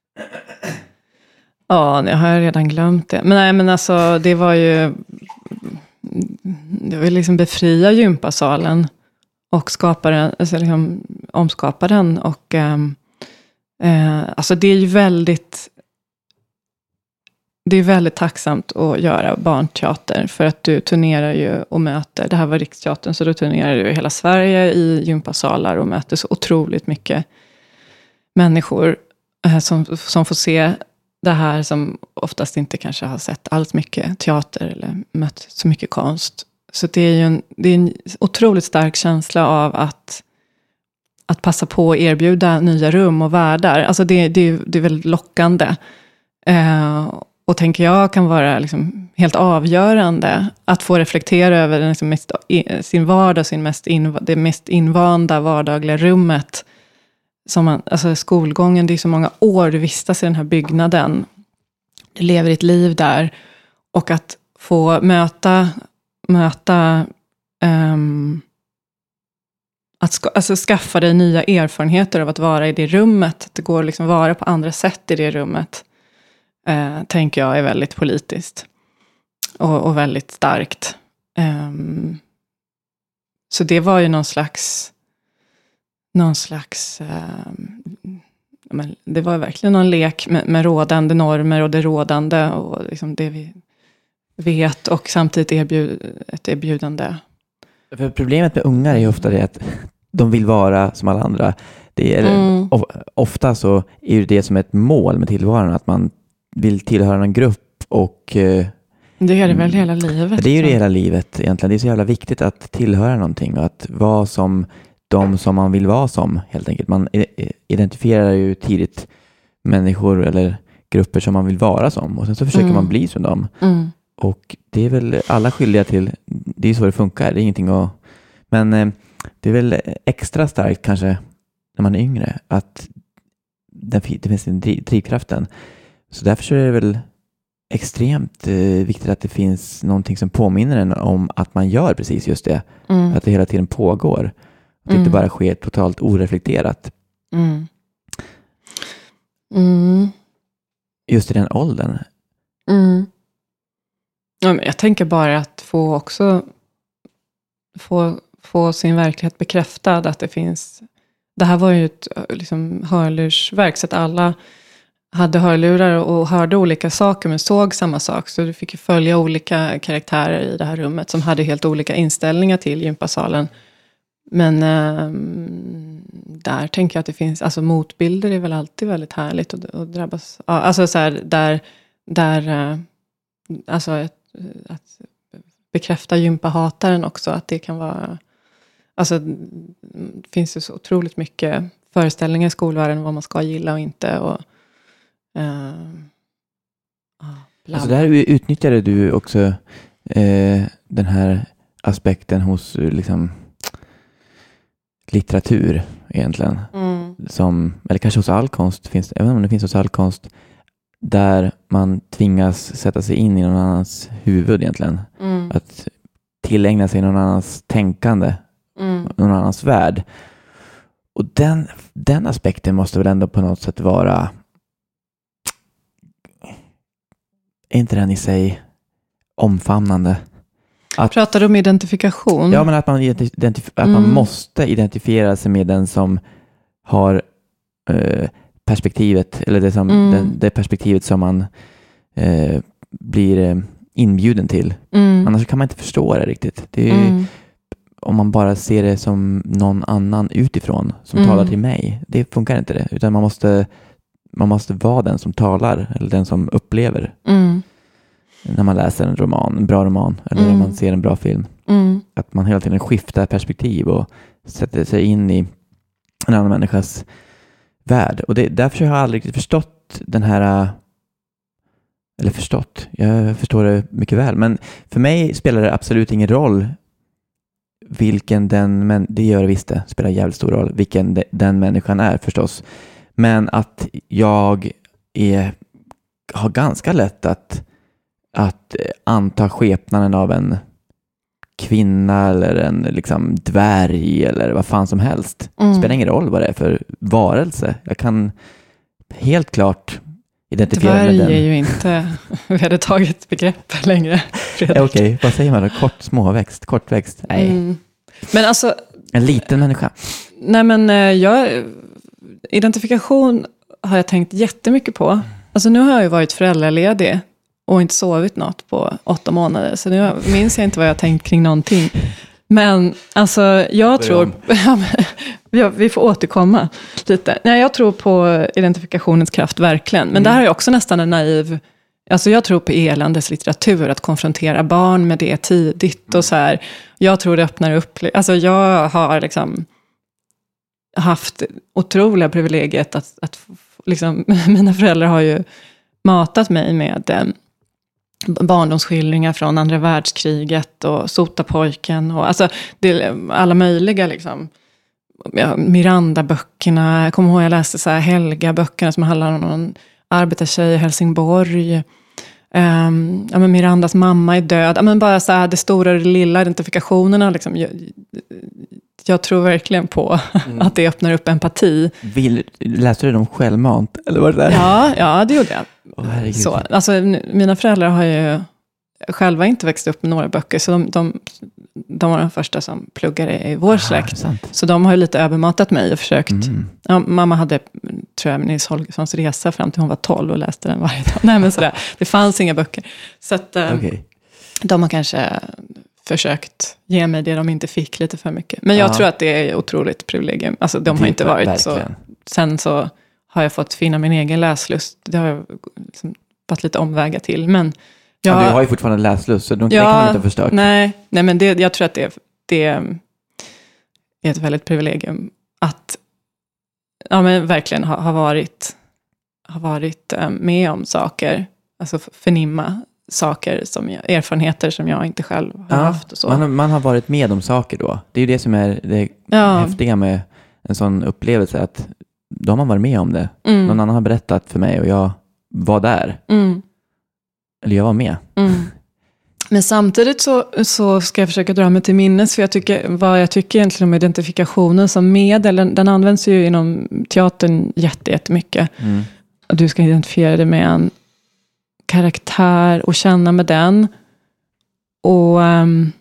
S2: Ja, jag har redan glömt det. Men nej, men alltså det var ju... Det var liksom befria gympasalen. Och skapa den, alltså liksom omskapa den. Och um, eh, alltså det är ju väldigt... Det är väldigt tacksamt att göra barnteater. För att du turnerar ju och möter... Det här var Riksteatern, så då turnerar du i hela Sverige i gympasalar. Och möter så otroligt mycket människor eh, som, som får se det här. Som oftast inte kanske har sett allt mycket teater eller mött så mycket konst. Så det är ju en, det är en otroligt stark känsla av att, att passa på att erbjuda nya rum och världar. Alltså det, det, det är väldigt lockande. Eh, och tänker jag kan vara liksom helt avgörande. Att få reflektera över den liksom mest, sin vardag, sin mest in, det mest invanda vardagliga rummet. Som man, alltså skolgången, det är så många år du vistas i den här byggnaden. Du lever ett liv där. Och att få möta... möta um, att ska, alltså skaffa dig nya erfarenheter av att vara i det rummet. Att det går liksom vara på andra sätt i det rummet. Uh, tänker jag är väldigt politiskt. Och, och väldigt starkt. Um, så det var ju någon slags... Någon slags... Um, men det var verkligen någon lek med, med rådande normer och det rådande. Och liksom det vi... vet och samtidigt erbjud, ett erbjudande.
S1: För problemet med ungar är ju ofta det att de vill vara som alla andra. Det är, mm. Ofta så är det som ett mål med tillvaron att man vill tillhöra en grupp och...
S2: Det är det väl hela livet.
S1: Det är ju det hela livet egentligen. Det är så jävla viktigt att tillhöra någonting och att vara som de som man vill vara som helt enkelt. Man identifierar ju tidigt människor eller grupper som man vill vara som och sen så försöker mm. man bli som dem.
S2: Mm.
S1: Och det är väl alla skyldiga till, det är så det funkar, det är ingenting att, men eh, det är väl extra starkt kanske när man är yngre att det finns en drivkraften. Så därför är det väl extremt eh, viktigt att det finns någonting som påminner en om att man gör precis just det.
S2: Mm.
S1: Att det hela tiden pågår. Att det
S2: mm.
S1: inte bara sker totalt oreflekterat.
S2: Mm. Mm.
S1: Just i den åldern.
S2: Mm. Ja, men jag tänker bara att få också få, få sin verklighet bekräftad. Att det finns, det här var ju ett liksom, hörlursverk så att alla hade hörlurar och hörde olika saker men såg samma sak. Så du fick ju följa olika karaktärer i det här rummet som hade helt olika inställningar till gympasalen. Men äh, där tänker jag att det finns, alltså motbilder är väl alltid väldigt härligt att, att drabbas. Ja, alltså så här, där, där äh, alltså ett, att bekräfta gympahataren också, att det kan vara, alltså det finns ju så otroligt mycket föreställningar i skolvärlden om vad man ska gilla och inte och Uh,
S1: alltså där utnyttjade du också eh, den här aspekten hos liksom litteratur egentligen.
S2: Mm.
S1: Som, eller kanske hos all konst finns, även om det finns hos all konst där man tvingas sätta sig in i någon annans huvud egentligen.
S2: Mm.
S1: Att tillägna sig någon annans tänkande,
S2: mm.
S1: någon annans värld. Och den, den aspekten måste väl ändå på något sätt vara, är inte den i sig omfamnande? Att,
S2: pratar du om identifikation?
S1: Ja, men att man, identif- att
S2: mm.
S1: man måste identifiera sig med den som har eh, perspektivet, eller det, som,
S2: mm.
S1: den, det perspektivet som man eh, blir eh, inbjuden till.
S2: Mm.
S1: Annars kan man inte förstå det riktigt. Det är ju,
S2: mm.
S1: om man bara ser det som någon annan utifrån som
S2: mm.
S1: talar till mig. Det funkar inte det. Utan man måste, man måste vara den som talar eller den som upplever.
S2: Mm.
S1: När man läser en roman, en bra roman eller
S2: mm.
S1: när man ser en bra film.
S2: Mm.
S1: Att man hela tiden skiftar perspektiv och sätter sig in i en annan människas värld. Och det, därför har jag aldrig riktigt förstått den här, eller förstått, jag förstår det mycket väl, men för mig spelar det absolut ingen roll vilken den, men det gör det visst det, spelar jävligt stor roll vilken de, den människan är förstås. Men att jag är, har ganska lätt att att anta skepnaden av en kvinna eller en liksom dvärg eller vad fan som helst.
S2: Mm.
S1: Det spelar ingen roll vad det är för varelse. Jag kan helt klart identifiera
S2: dvärg
S1: med den.
S2: Dvärg är ju inte vedertaget begrepp längre.
S1: Okej, okay, vad säger man då? Kort småväxt, kortväxt? Nej.
S2: Mm. Men alltså,
S1: en liten människa.
S2: Nej, men jag, identifikation har jag tänkt jättemycket på. Alltså nu har jag ju varit föräldraledig och inte sovit något på åtta månader. Så nu minns jag inte vad jag tänkt kring någonting. Men alltså jag tror... Ja, vi får återkomma lite. Nej, jag tror på identifikationens kraft verkligen. Men mm. det här är också nästan en naiv... Alltså jag tror på eländeslitteratur. Att konfrontera barn med det tidigt och så här. Jag tror det öppnar upp... Alltså jag har liksom haft otroliga privilegiet att... att liksom, mina föräldrar har ju matat mig med... Eh, barndomsskildringar från andra världskriget och Sotapojken och alltså det, alla möjliga liksom ja, Miranda-böckerna, jag kommer ihåg jag läste så här Helga-böckerna som handlar om någon arbetartjej i Helsingborg, um, ja, men Mirandas mamma är död, ja, men bara så här det stora och det lilla, identifikationerna liksom, jag, jag tror verkligen på mm. att det öppnar upp empati.
S1: Vill, läste du dem självmant? Eller var det där?
S2: Ja, ja, det gjorde jag.
S1: Oh,
S2: så, alltså, mina föräldrar har ju själva inte växt upp med några böcker. Så de, de, de var de första som pluggade i vår släkt.
S1: Ah,
S2: så de har ju lite övermatat mig och försökt.
S1: Mm.
S2: Ja, mamma hade, tror jag, Nils Holgerssons resa fram till hon var tolv och läste den varje dag. Nej, men sådär. Det fanns inga böcker. Så att
S1: okay.
S2: de har kanske försökt ge mig det de inte fick lite för mycket. Men jag ah. tror att det är otroligt privilegium. Alltså de har inte varit verkligen. Så... Sen så har jag fått finna min egen läslust. Det har jag liksom varit lite omväga till. Men jag,
S1: ja, du har ju fortfarande läslust, så de,
S2: ja,
S1: det kan man inte ha förstört.
S2: Nej, nej men det, jag tror att det, det... är ett väldigt privilegium att ja, men verkligen ha, ha varit, ha varit um, med om saker, alltså förnimma saker, som jag, erfarenheter som jag inte själv har
S1: ja,
S2: haft. Och så.
S1: Man, man har varit med om saker då. Det är ju det som är det
S2: ja.
S1: häftiga med en sån upplevelse, att då har man varit med om det.
S2: Mm.
S1: Någon annan har berättat för mig och jag var där.
S2: Mm.
S1: Eller jag var med.
S2: Mm. Men samtidigt så, så ska jag försöka dra mig till minnes, för jag tycker, vad jag tycker egentligen om identifikationen som medel, den, den används ju inom teatern jätte, jättemycket.
S1: Mm.
S2: Du ska identifiera dig med en karaktär och känna med den. Och um,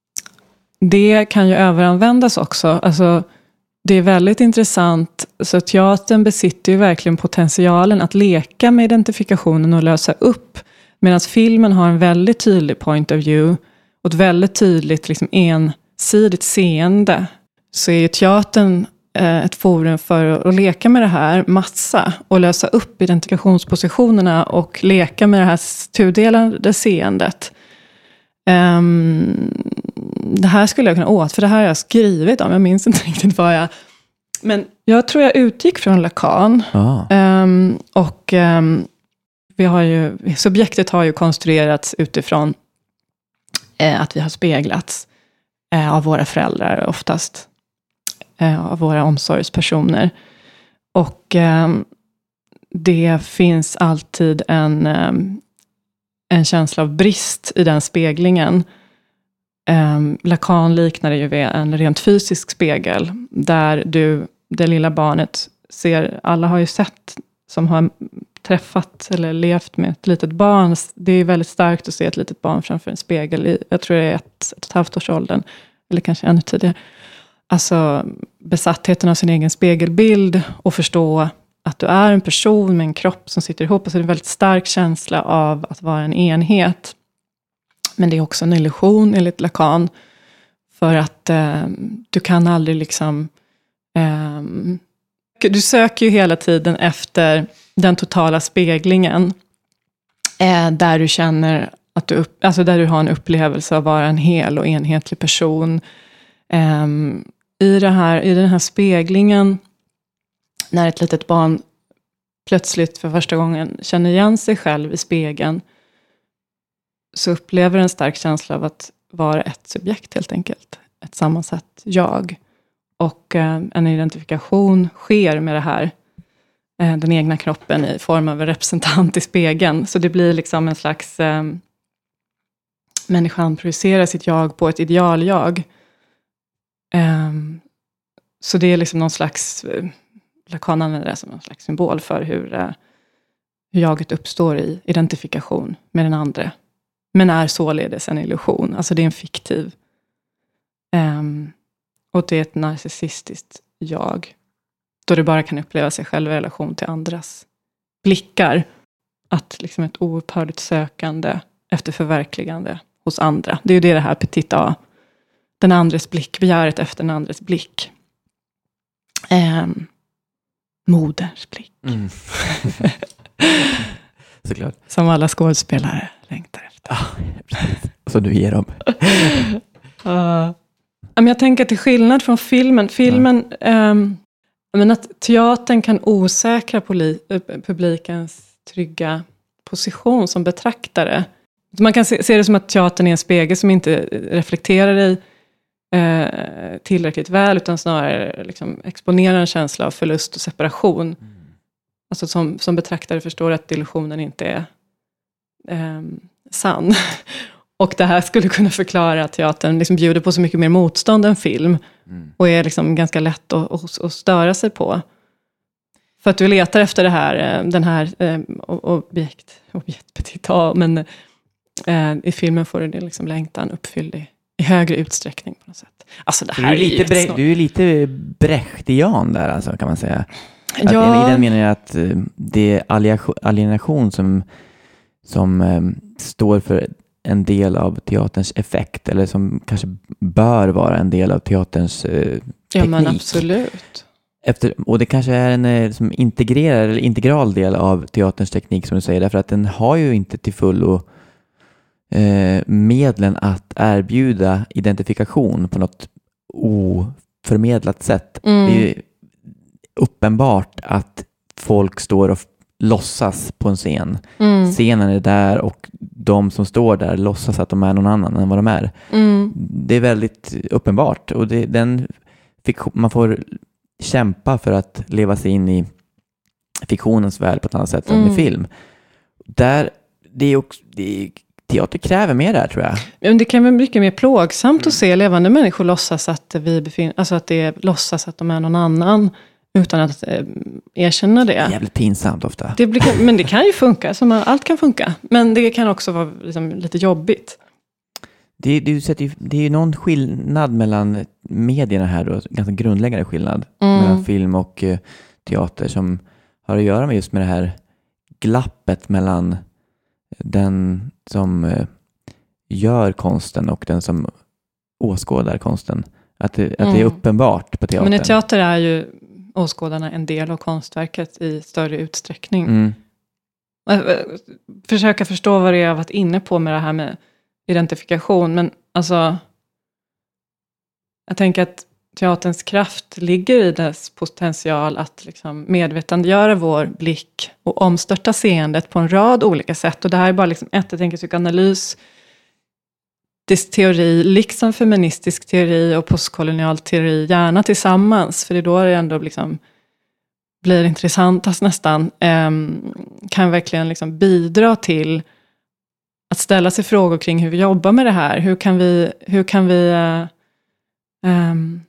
S2: det kan ju överanvändas också. Alltså, det är väldigt intressant. Så teatern besitter ju verkligen potentialen att leka med identifikationen och lösa upp. Medan filmen har en väldigt tydlig point of view och ett väldigt tydligt liksom, ensidigt seende, så är ju teatern eh, ett forum för att, att leka med det här massa och lösa upp identifikationspositionerna och leka med det här tudelade seendet. Um, det här skulle jag kunna åt, för det här har jag skrivit om. Jag minns inte riktigt vad jag... Men jag tror jag utgick från Lacan.
S1: Ah.
S2: Um, och... Um, Vi har ju, subjektet har ju konstruerats utifrån eh, att vi har speglats eh, av våra föräldrar oftast. Eh, av våra omsorgspersoner. Och eh, det finns alltid en, eh, en känsla av brist i den speglingen. Eh, Lacan liknar det ju vid en rent fysisk spegel. Där du, det lilla barnet ser, alla har ju sett som har träffat eller levt med ett litet barn. Det är väldigt starkt att se ett litet barn framför en spegel i, jag tror det är ett, ett och ett halvt års åldern, eller kanske ännu tidigare. Alltså besattheten av sin egen spegelbild och förstå att du är en person med en kropp som sitter ihop. Alltså det är en väldigt stark känsla av att vara en enhet. Men det är också en illusion enligt Lacan, för att eh, du kan aldrig liksom eh, du söker ju hela tiden efter den totala speglingen. Eh, där du känner att du, upp, alltså där du har en upplevelse av att vara en hel och enhetlig person. Eh, i, det här, I den här speglingen, när ett litet barn plötsligt för första gången känner igen sig själv i spegeln, så upplever en stark känsla av att vara ett subjekt helt enkelt. Ett sammansatt jag. Och eh, en identifikation sker med det här. Eh, den egna kroppen i form av en representant i spegeln. Så det blir liksom en slags... Eh, människan projicerar sitt jag på ett ideal-jag. Eh, så det är liksom någon slags... Eh, Lacan använder det som någon slags symbol för hur, eh, hur jaget uppstår i identifikation med den andra. Men är således en illusion. Alltså det är en fiktiv... Eh, Och det är ett narcissistiskt jag. Då det bara kan uppleva sig själv i relation till andras blickar. Att liksom ett oupphörligt sökande efter förverkligande hos andra. Det är ju det det här petit A. Den andres blick, begäret efter den andres blick. Um, moderns blick. Mm.
S1: Såklart.
S2: Som alla skådespelare längtar efter.
S1: Ah, precis. Så du ger dem.
S2: uh. Men jag tänker till skillnad från filmen. Filmen, ja. um, men att teatern kan osäkra poli, publikens trygga position som betraktare. Man kan se, se det som att teatern är en spegel som inte reflekterar i eh, tillräckligt väl, utan snarare liksom exponerar en känsla av förlust och separation. Mm. Alltså som, som betraktare förstår att illusionen inte är eh, sann. Och det här skulle kunna förklara att teatern liksom bjuder på så mycket mer motstånd än film. Mm. Och är liksom ganska lätt att, att, att störa sig på. För att du letar efter det här, den här eh, objekt, objekt petit A, men eh, i filmen får du det liksom längtan uppfylld i, i högre utsträckning på något sätt. Alltså det här
S1: du, är lite
S2: är
S1: bre- du är lite brechtian där alltså, kan man säga. Att
S2: ja.
S1: I den meningen att det är alienation som, som eh, står för en del av teaterns effekt, eller som kanske bör vara en del av teaterns eh, teknik.
S2: Ja, men absolut.
S1: Efter, och det kanske är en eh, som integrerad eller integral del av teaterns teknik, som du säger, därför att den har ju inte till fullo eh, medlen att erbjuda identifikation på något förmedlat sätt.
S2: Mm.
S1: Det är ju uppenbart att folk står och f- låtsas på en scen.
S2: Mm.
S1: Scenen är där och de som står där låtsas att de är någon annan än vad de är.
S2: Mm.
S1: Det är väldigt uppenbart och det, den fik- man får kämpa för att leva sig in i fiktionens värld på ett annat sätt än
S2: Mm.
S1: i film. Där, det är också, det är, teater kräver mer där, tror jag.
S2: Men det kan vara mycket mer plågsamt att se levande människor låtsas att vi befinner, alltså att det är, låtsas att de är någon annan utan att eh, erkänna det.
S1: Jävligt pinsamt ofta.
S2: Det blir, men det kan ju funka, som allt kan funka. Men det kan också vara liksom lite jobbigt.
S1: Det, det, sätter ju, det är ju någon skillnad mellan medierna här då, ganska grundläggande skillnad
S2: Mm.
S1: mellan film och eh, teater som har att göra med just med det här glappet mellan den som eh, gör konsten och den som åskådar konsten. Att det, att det är
S2: Mm.
S1: uppenbart på teatern.
S2: Men i teater är ju åskådarna en del av konstverket i större utsträckning.
S1: Mm.
S2: Försöka förstå vad det är jag har varit inne på med det här med identifikation. Men alltså, jag tänker att teaterns kraft ligger i dess potential att liksom medvetandegöra vår blick och omstörta seendet på en rad olika sätt. Och det här är bara liksom ett, jag tänker psykoanalys, dess teori, liksom feministisk teori och postkolonial teori, gärna tillsammans. För det är då det ändå liksom blir intressantast nästan. Um, kan verkligen liksom bidra till att ställa sig frågor kring hur vi jobbar med det här. Hur kan vi, hur kan vi uh, um,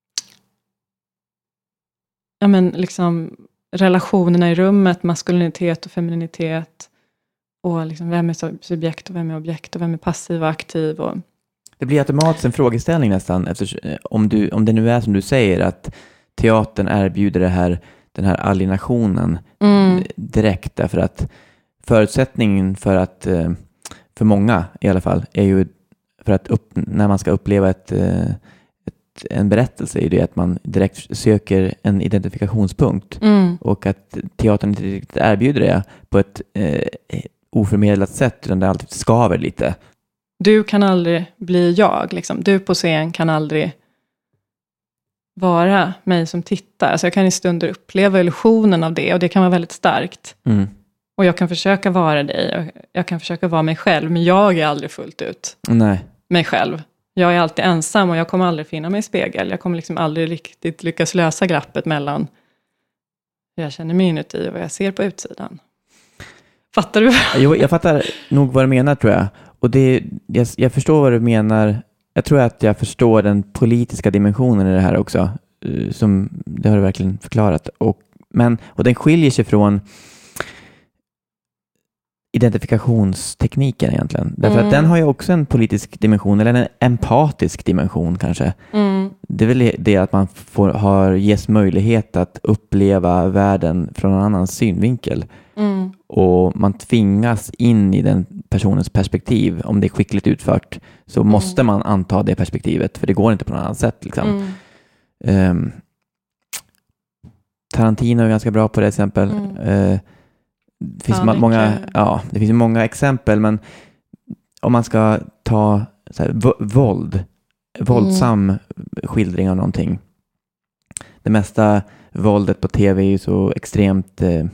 S2: ja, men liksom relationerna i rummet, maskulinitet och femininitet och liksom vem är subjekt och vem är objekt och vem är passiv och aktiv. Och...
S1: Det blir automatiskt en frågeställning nästan, eftersom, om, du, om det nu är som du säger att teatern erbjuder det här, den här alienationen
S2: Mm.
S1: direkt, därför att förutsättningen för att, för många i alla fall, är ju för att upp, när man ska uppleva ett, ett, en berättelse är det att man direkt söker en identifikationspunkt
S2: Mm.
S1: och att teatern inte riktigt erbjuder det på ett eh, oförmedlat sätt, utan det alltid skaver lite.
S2: Du kan aldrig bli jag. Liksom. Du på scen kan aldrig vara mig som tittar. Alltså jag kan i stunder uppleva illusionen av det. Och det kan vara väldigt starkt.
S1: Mm.
S2: Och jag kan försöka vara dig. Och jag kan försöka vara mig själv. Men jag är aldrig fullt ut
S1: Nej.
S2: mig själv. Jag är alltid ensam. Och jag kommer aldrig finna mig i spegel. Jag kommer liksom aldrig riktigt lyckas lösa glappet mellan hur jag känner mig inuti och vad jag ser på utsidan. Fattar du?
S1: Jo, jag fattar nog vad du menar, tror jag. Och det, jag, jag förstår vad du menar. Jag tror att jag förstår den politiska dimensionen i det här också. Uh, som, det har du verkligen förklarat. Och, men, och den skiljer sig från identifikationstekniken egentligen. Därför
S2: Mm.
S1: att den har ju också en politisk dimension, eller en empatisk dimension kanske.
S2: Mm.
S1: Det är väl det att man får, har, ges möjlighet att uppleva världen från en annan synvinkel.
S2: Mm.
S1: Och man tvingas in i den personens perspektiv. Om det är skickligt utfört så
S2: Mm.
S1: måste man anta det perspektivet, för det går inte på något annat sätt liksom.
S2: Mm.
S1: um, Tarantino är ganska bra på det exempel.
S2: Mm.
S1: uh, det finns
S2: Ja,
S1: ma-
S2: det
S1: många
S2: kan-
S1: ja, det finns många exempel, men om man ska ta så här, v- våld våldsam
S2: Mm.
S1: skildring av någonting. Det mesta våldet på tv är ju så extremt eh,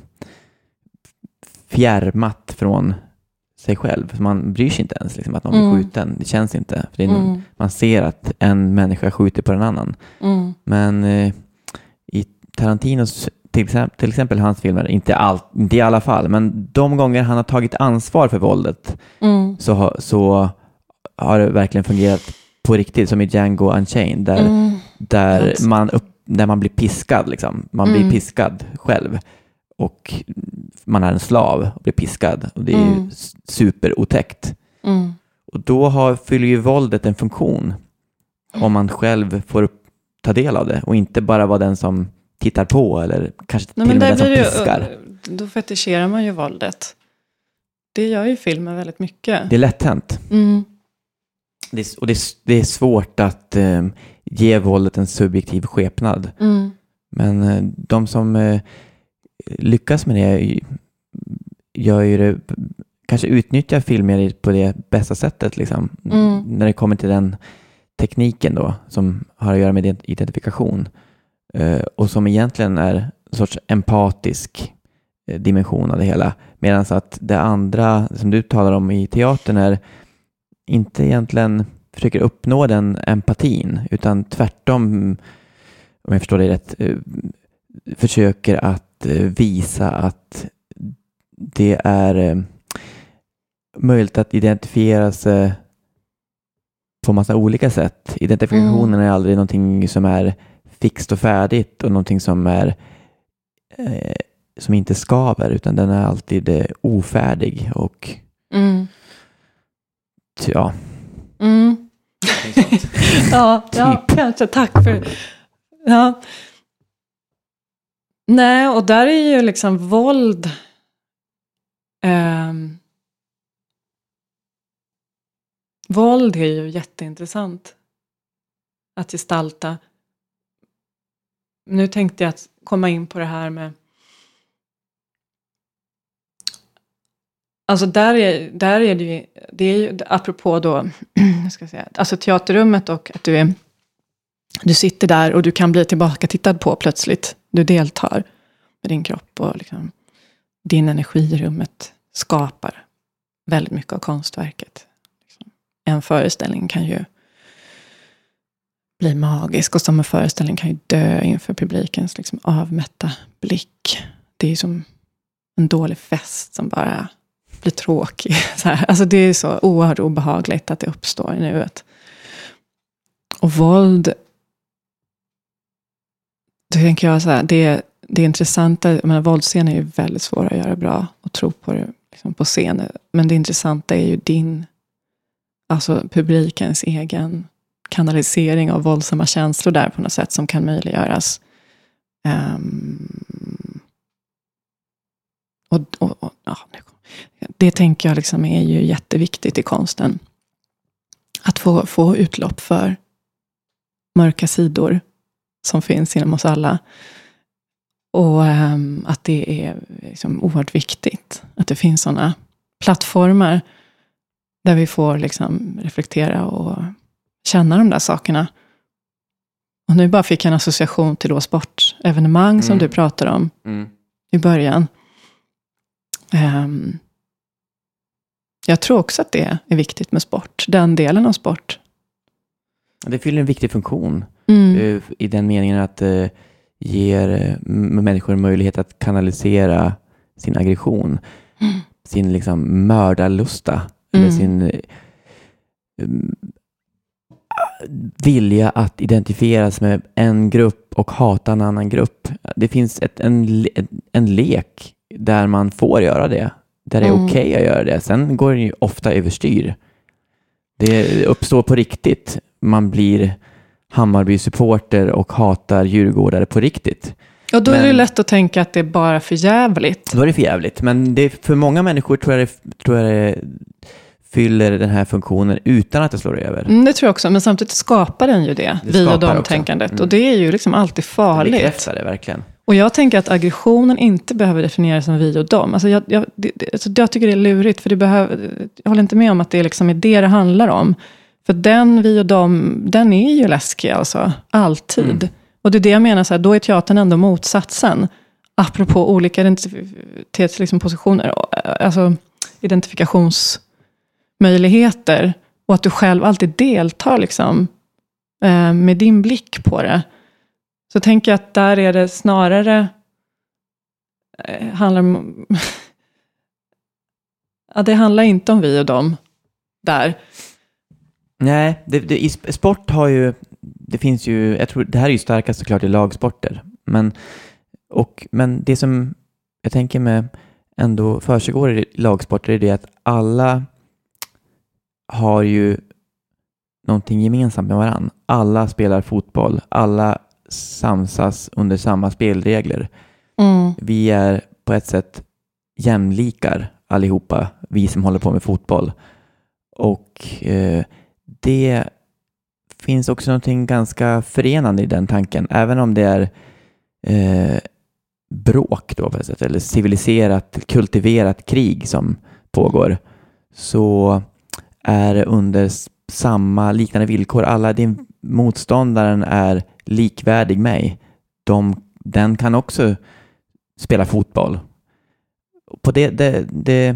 S1: fjärmat från sig själv. Så man bryr sig inte ens liksom, att någon blir
S2: Mm.
S1: skjuten. Det känns inte. För det är någon,
S2: Mm.
S1: man ser att en människa skjuter på en annan.
S2: Mm.
S1: Men eh, i Tarantinos, till exempel, till exempel hans filmer, inte, all, inte i alla fall, men de gånger han har tagit ansvar för våldet
S2: Mm.
S1: så, ha, så har det verkligen fungerat på riktigt, som i Django Unchained, där,
S2: Mm.
S1: där,
S2: Alltså.
S1: man, upp, där man blir piskad. Liksom. Man
S2: Mm.
S1: blir piskad själv. Och man är en slav och blir piskad. Och det är
S2: Mm.
S1: ju superotäckt.
S2: Mm.
S1: Och då har, fyller ju våldet en funktion. Om man själv får upp, ta del av det. Och inte bara vara den som tittar på. Eller kanske
S2: Nej,
S1: till och
S2: men
S1: med
S2: där
S1: den som
S2: blir
S1: piskar.
S2: det ju, då fetischerar man ju våldet. Det gör ju filmen väldigt mycket.
S1: Det är lätt hänt.
S2: Mm.
S1: Det är, och det är, det är svårt att eh, ge våldet en subjektiv skepnad.
S2: Mm.
S1: Men eh, de som eh, lyckas med det gör ju det, kanske utnyttjar filmer på det bästa sättet liksom.
S2: Mm.
S1: När det kommer till den, tekniken då, som har att göra med identifikation eh, och som egentligen är en sorts empatisk eh, dimension av det hela. Medan att det andra som du talar om i teatern är inte egentligen försöker uppnå den empatin, utan tvärtom, om jag förstår det rätt, eh, försöker att eh, visa att det är eh, möjligt att identifiera sig på massa olika sätt. Identifikationen mm. är aldrig någonting som är fixt och färdigt och någonting som är eh, som inte skaver, utan den är alltid eh, ofärdig och
S2: mm.
S1: ja.
S2: Mm. ja,
S1: typ.
S2: ja, kanske. Tack för ja. Nej, och där är ju liksom våld um, våld är ju jätteintressant att gestalta. Nu tänkte jag att komma in på det här med alltså där är, där är det ju, det är ju apropå då, jag ska säga, alltså teaterrummet och att du är, du sitter där och du kan bli tillbaka tittad på plötsligt. Du deltar med din kropp och liksom, din energi i rummet skapar väldigt mycket av konstverket. En föreställning kan ju bli magisk och som en föreställning kan ju dö inför publikens liksom avmätta blick. Det är ju som en dålig fest som bara blir tråkig. Så här. Alltså det är så oerhört obehagligt att det uppstår i nuet. Och våld, då tänker jag så här, det, det är intressanta, jag menar, våldsscener är ju väldigt svåra att göra bra och tro på det liksom på scenen. Men det intressanta är ju din, alltså publikens egen kanalisering av våldsamma känslor där på något sätt som kan möjliggöras. Um, och, och, och ja, det tänker jag liksom är ju jätteviktigt i konsten. Att få, få utlopp för mörka sidor som finns inom oss alla. Och um, att det är liksom oerhört viktigt att det finns sådana plattformar där vi får liksom reflektera och känna de där sakerna. Och nu bara fick jag en association till då sportevenemang mm. som du pratar om mm. i början. Um, jag tror också att det är viktigt med sport. Den delen av sport.
S1: Det fyller en viktig funktion.
S2: Mm.
S1: I den meningen att det uh, ger uh, människor möjlighet att kanalisera sin aggression. Mm. Sin liksom mördarlusta. Mm. Eller sin uh, vilja att identifieras med en grupp och hata en annan grupp. Det finns ett, en, en lek där man får göra det. Där det är mm. okej okay att göra det. Sen går det ju ofta överstyr. Det uppstår på riktigt. Man blir Hammarby-supporter och hatar djurgårdare på riktigt.
S2: Och då
S1: men,
S2: är det lätt att tänka att det är bara för jävligt.
S1: Då är det för jävligt. Men det, för många människor tror jag det, tror jag det fyller den här funktionen utan att det slår över.
S2: Mm, det tror jag också. Men samtidigt skapar den ju det. det vi och de-tänkandet. Mm. Och det är ju liksom alltid farligt. Det
S1: bekräftar det verkligen.
S2: Och jag tänker att aggressionen inte behöver definieras som vi och dem. Alltså jag, jag, det, alltså jag tycker det är lurigt. För det behöver, jag håller inte med om att det liksom är det det handlar om. För den, vi och dem, den är ju läskig alltså. Alltid. Mm. Och det är det jag menar, så här, då är teatern ändå motsatsen. Apropå olika identitetspositioner. Liksom, alltså identifikationsmöjligheter. Och att du själv alltid deltar liksom, eh, med din blick på det. Så tänker jag att där är det snarare eh, handlar om ja, det handlar inte om vi och dem där.
S1: Nej, det, det, i sport har ju det finns ju, jag tror det här är ju starkast såklart i lagsporter, men och men det som jag tänker med ändå försiggår i lagsporter är det att alla har ju någonting gemensamt med varann. Alla spelar fotboll, alla samsas under samma spelregler. Mm. Vi är på ett sätt jämlikar allihopa, vi som håller på med fotboll. Och eh, det finns också någonting ganska förenande i den tanken. Även om det är eh, bråk då på ett sätt, eller civiliserat, kultiverat krig som pågår, så är under samma liknande villkor. Alla din motståndaren är likvärdig mig. De, den kan också spela fotboll. På det, det, det,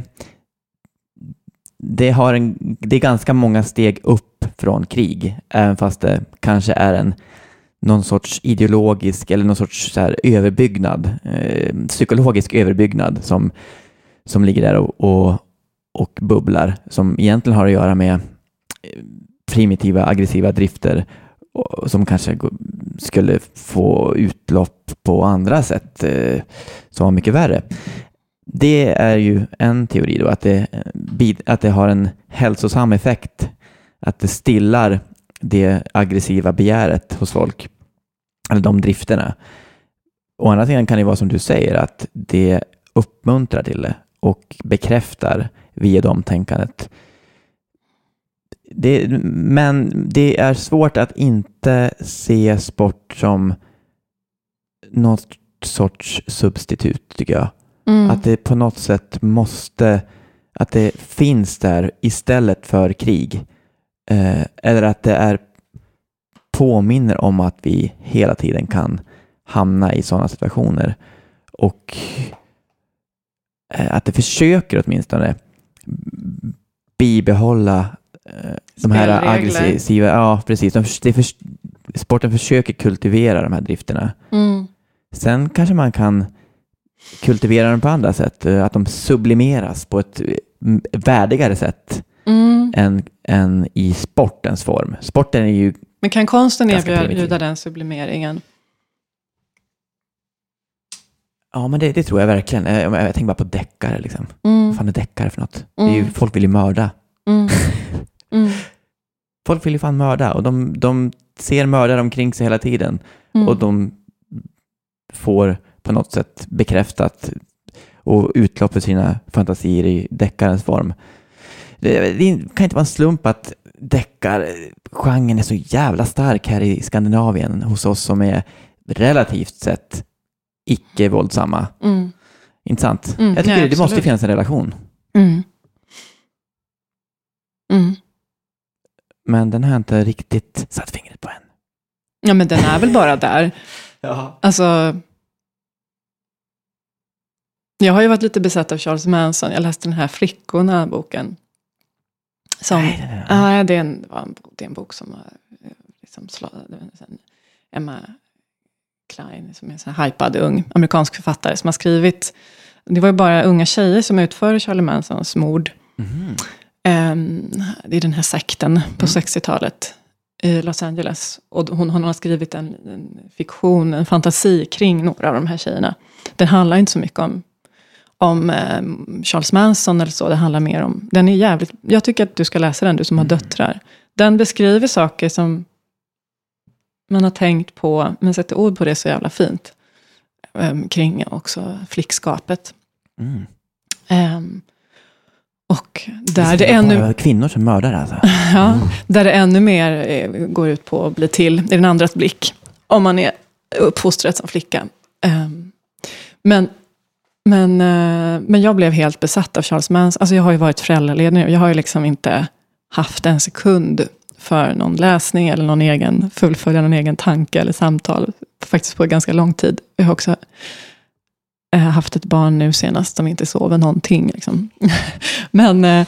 S1: det, har en, det är ganska många steg upp från krig, även fast det kanske är en någon sorts ideologisk eller någon sorts så här överbyggnad, eh, psykologisk överbyggnad som, som ligger där och, och, och bubblar, som egentligen har att göra med primitiva, aggressiva drifter och, som kanske skulle få utlopp på andra sätt eh, som var mycket värre. Det är ju en teori då, att det, att det har en hälsosam effekt, att det stillar det aggressiva begäret hos folk, eller de drifterna. Å andra sidan kan det vara som du säger, att det uppmuntrar till det och bekräftar via de tänkandet. Det, men det är svårt att inte se sport som något sorts substitut, tycker jag. Mm. Att det på något sätt måste, att det finns där istället för krig. Eh, eller att det är påminner om att vi hela tiden kan hamna i sådana situationer. Och eh, att det försöker åtminstone bibehålla eh, de här aggressiva, ja precis, de, det för, sporten försöker kultivera de här drifterna. Mm. Sen kanske man kan kultivera dem på andra sätt, att de sublimeras på ett värdigare sätt mm. än, än i sportens form. Sporten är ju
S2: Men kan konsten erbjuda den sublimeringen?
S1: Ja, men det, det tror jag verkligen. Jag, jag, jag tänker bara på deckare liksom.
S2: Mm.
S1: Vad fan är deckare för något?
S2: Mm.
S1: Det är ju, folk vill ju mörda.
S2: Mm. Mm.
S1: Folk vill ju fan mörda, och de, de ser mördare omkring sig hela tiden. Mm. Och de får på något sätt bekräftat och utlopp för sina fantasier i deckarens form. Det, det kan inte vara en slump att deckargenren är så jävla stark här i Skandinavien hos oss som är relativt sett icke-våldsamma. Mm. Intressant. Mm. Jag tycker Nej, det måste finnas en relation.
S2: Mm. Mm.
S1: Men den har inte riktigt satt fingret på än.
S2: Ja, men den är väl bara där.
S1: Ja.
S2: Alltså, jag har ju varit lite besatt av Charles Manson. Jag läste den här Flickorna-boken. Som,
S1: Nej,
S2: det, är. Ah, det, är en, det är en bok som har liksom slagit, Emma Klein, som är en sån här hypad ung amerikansk författare som har skrivit, det var ju bara unga tjejer som utförde Charlie Mansons mord.
S1: Mm.
S2: Um, det är den här sekten på mm. sextiotalet i Los Angeles. Och hon, hon har skrivit en, en fiktion, en fantasi kring några av de här tjejerna. Den handlar inte så mycket om om eh, Charles Manson eller så. Det handlar mer om, den är jävligt, jag tycker att du ska läsa den, du som har döttrar. Den beskriver saker som man har tänkt på, men sätter ord på det så jävla fint. Um, kring också flickskapet.
S1: Mm.
S2: Um, och där det, det ännu...
S1: Bara kvinnor som mördar alltså.
S2: Ja, mm. Där det ännu mer eh, går ut på att bli till i den andras blick. Om man är uppfostrad som flicka. Um, men Men, men jag blev helt besatt av Charles Manson. Alltså jag har ju varit föräldraledig nu. Jag har ju liksom inte haft en sekund för någon läsning eller någon egen, fullfölja någon egen tanke eller samtal. Faktiskt på ganska lång tid. Jag har också haft ett barn nu senast som inte sover någonting. Liksom. men,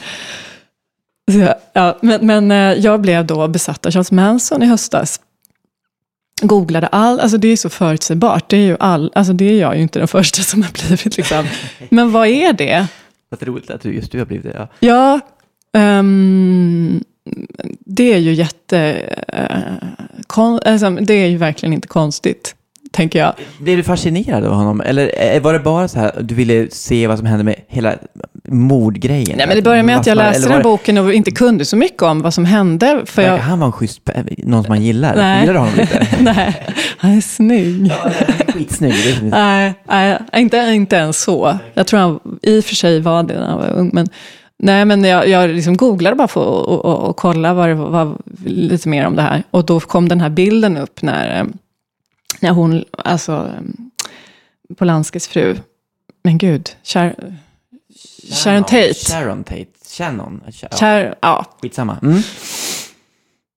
S2: ja, men, men jag blev då besatt av Charles Manson i höstas. Googlade all, alltså det är så förutsägbart. Det är ju all, alltså det är jag ju inte den första som har blivit liksom. Men vad är det?
S1: Vad roligt att du just du har blivit det. Ja,
S2: ja um, det är ju jätte uh, kon, alltså, det är ju verkligen inte konstigt, tänker jag.
S1: Blev du fascinerad av honom? Eller var det bara så här, du ville se vad som hände med hela mordgrejen?
S2: Nej, men det började med att jag läste den här boken och inte kunde så mycket om vad som hände. För jag...
S1: Han var en schysst, någon som man gillar.
S2: Nej.
S1: Gillar du honom lite?
S2: Nej, han är snygg.
S1: Ja, skitsnygg.
S2: nej, nej inte, inte ens så. Jag tror han i och för sig var det när han var ung. Men, nej, men jag, jag liksom googlade bara för att och, och, och kolla vad det var lite mer om det här. Och då kom den här bilden upp när... när hon, alltså Polanskis fru, men gud, Char- Sharon Tate.
S1: Sharon Tate, Shannon.
S2: Char- ja.
S1: Skitsamma. Mm.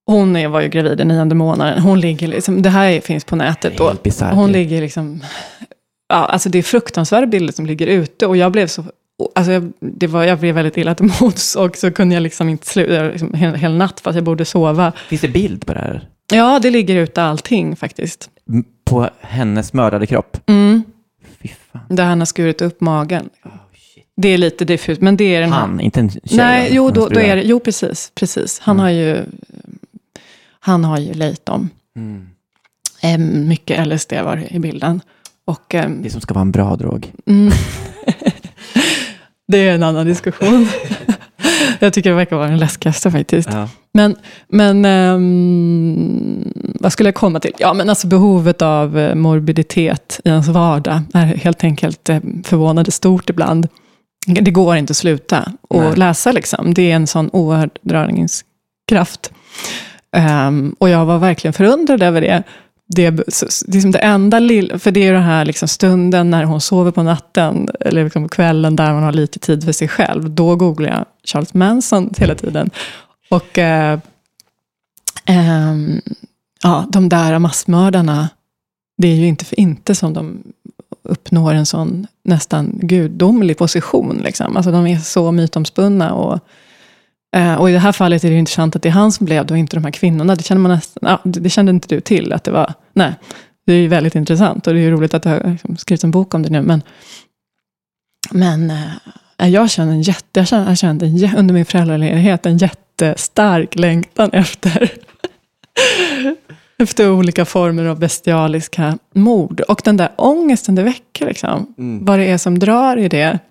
S2: hon är, var ju gravid i nionde månaden. Hon ligger liksom, det här finns på nätet.
S1: Det är helt bizarrt.
S2: Hon ligger liksom, ja, alltså det är fruktansvärda bilder som ligger ute. Och jag blev så, alltså jag, det var, jag blev väldigt illa till mods. Och så kunde jag liksom inte sluta liksom, hel, hel natt för att jag borde sova.
S1: Finns det bild på det här?
S2: Ja, det ligger ute allting faktiskt.
S1: På hennes mördade kropp?
S2: Mm.
S1: Fy fan.
S2: Där han har skurit upp magen.
S1: Oh, shit.
S2: Det är lite diffust, men det är den
S1: Han,
S2: här.
S1: inte en tjej.
S2: Nej, jo, då, då är det, jo precis, precis. Han mm. har ju han har ju lejt om. Mm. Eh, mycket L S D var i bilden. Och, eh,
S1: det som ska vara en bra drog.
S2: Mm. Det är en annan diskussion. Jag tycker det verkar vara den läskigaste faktiskt. Ja. Men, men um, vad skulle jag komma till? Ja, men alltså behovet av uh, morbiditet i ens vardag är helt enkelt uh, förvånande stort ibland. Det går inte att sluta och Nej. läsa liksom. Det är en sån oerhörd dragningskraft. Um, och jag var verkligen förundrad över det. Det är liksom det enda lilla, för det är det här liksom stunden när hon sover på natten eller liksom kvällen där man har lite tid för sig själv. Då googlar jag Charles Manson hela tiden. Och eh, eh, ja, de där massmördarna, det är ju inte för inte som de uppnår en sån nästan gudomlig position. Liksom. Alltså de är så mytomspunna och och i det här fallet är det intressant att det är han som blev det och inte de här kvinnorna. Det känner man nästan, ja, det kände inte du till att det var, nej, det är ju väldigt intressant och det är ju roligt att jag har skrivit en bok om det nu, men men äh, jag känner en jätte, jag känner, jag kände en, under min föräldraledighet en jättestark längtan efter efter olika former av bestialiska mord och den där ångesten det väcker liksom, mm. vad det är som drar i det.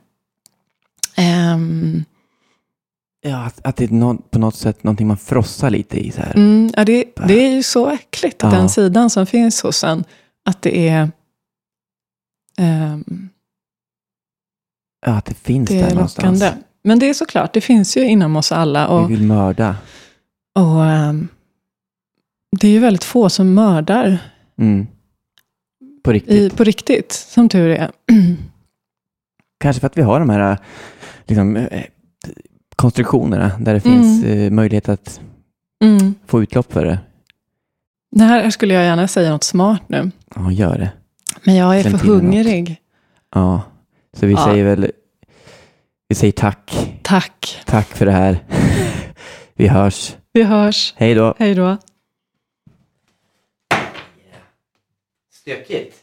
S2: Ehm
S1: Ja, att, att det är no, på något sätt någonting man frossar lite i så här.
S2: Mm, ja, det, det är ju så äckligt, ja. Den sidan som finns hos en, att det är um,
S1: ja, att det finns
S2: det
S1: där
S2: är
S1: någonstans.
S2: Lockande. Men det är såklart, det finns ju inom oss alla. Och,
S1: vi vill mörda.
S2: Och um, det är ju väldigt få som mördar.
S1: Mm. På riktigt.
S2: I, på riktigt, som tur är.
S1: Kanske för att vi har de här liksom konstruktionerna där det finns mm. eh, möjlighet att mm. få utlopp för det.
S2: Det här skulle jag gärna säga något smart nu.
S1: Ja, gör det.
S2: Men jag är Sen för hungrig.
S1: Något. Ja, så vi ja. säger väl vi säger tack.
S2: Tack.
S1: Tack för det här. Vi hörs.
S2: Vi hörs.
S1: Hej då.
S2: Hej då.
S1: Stökigt.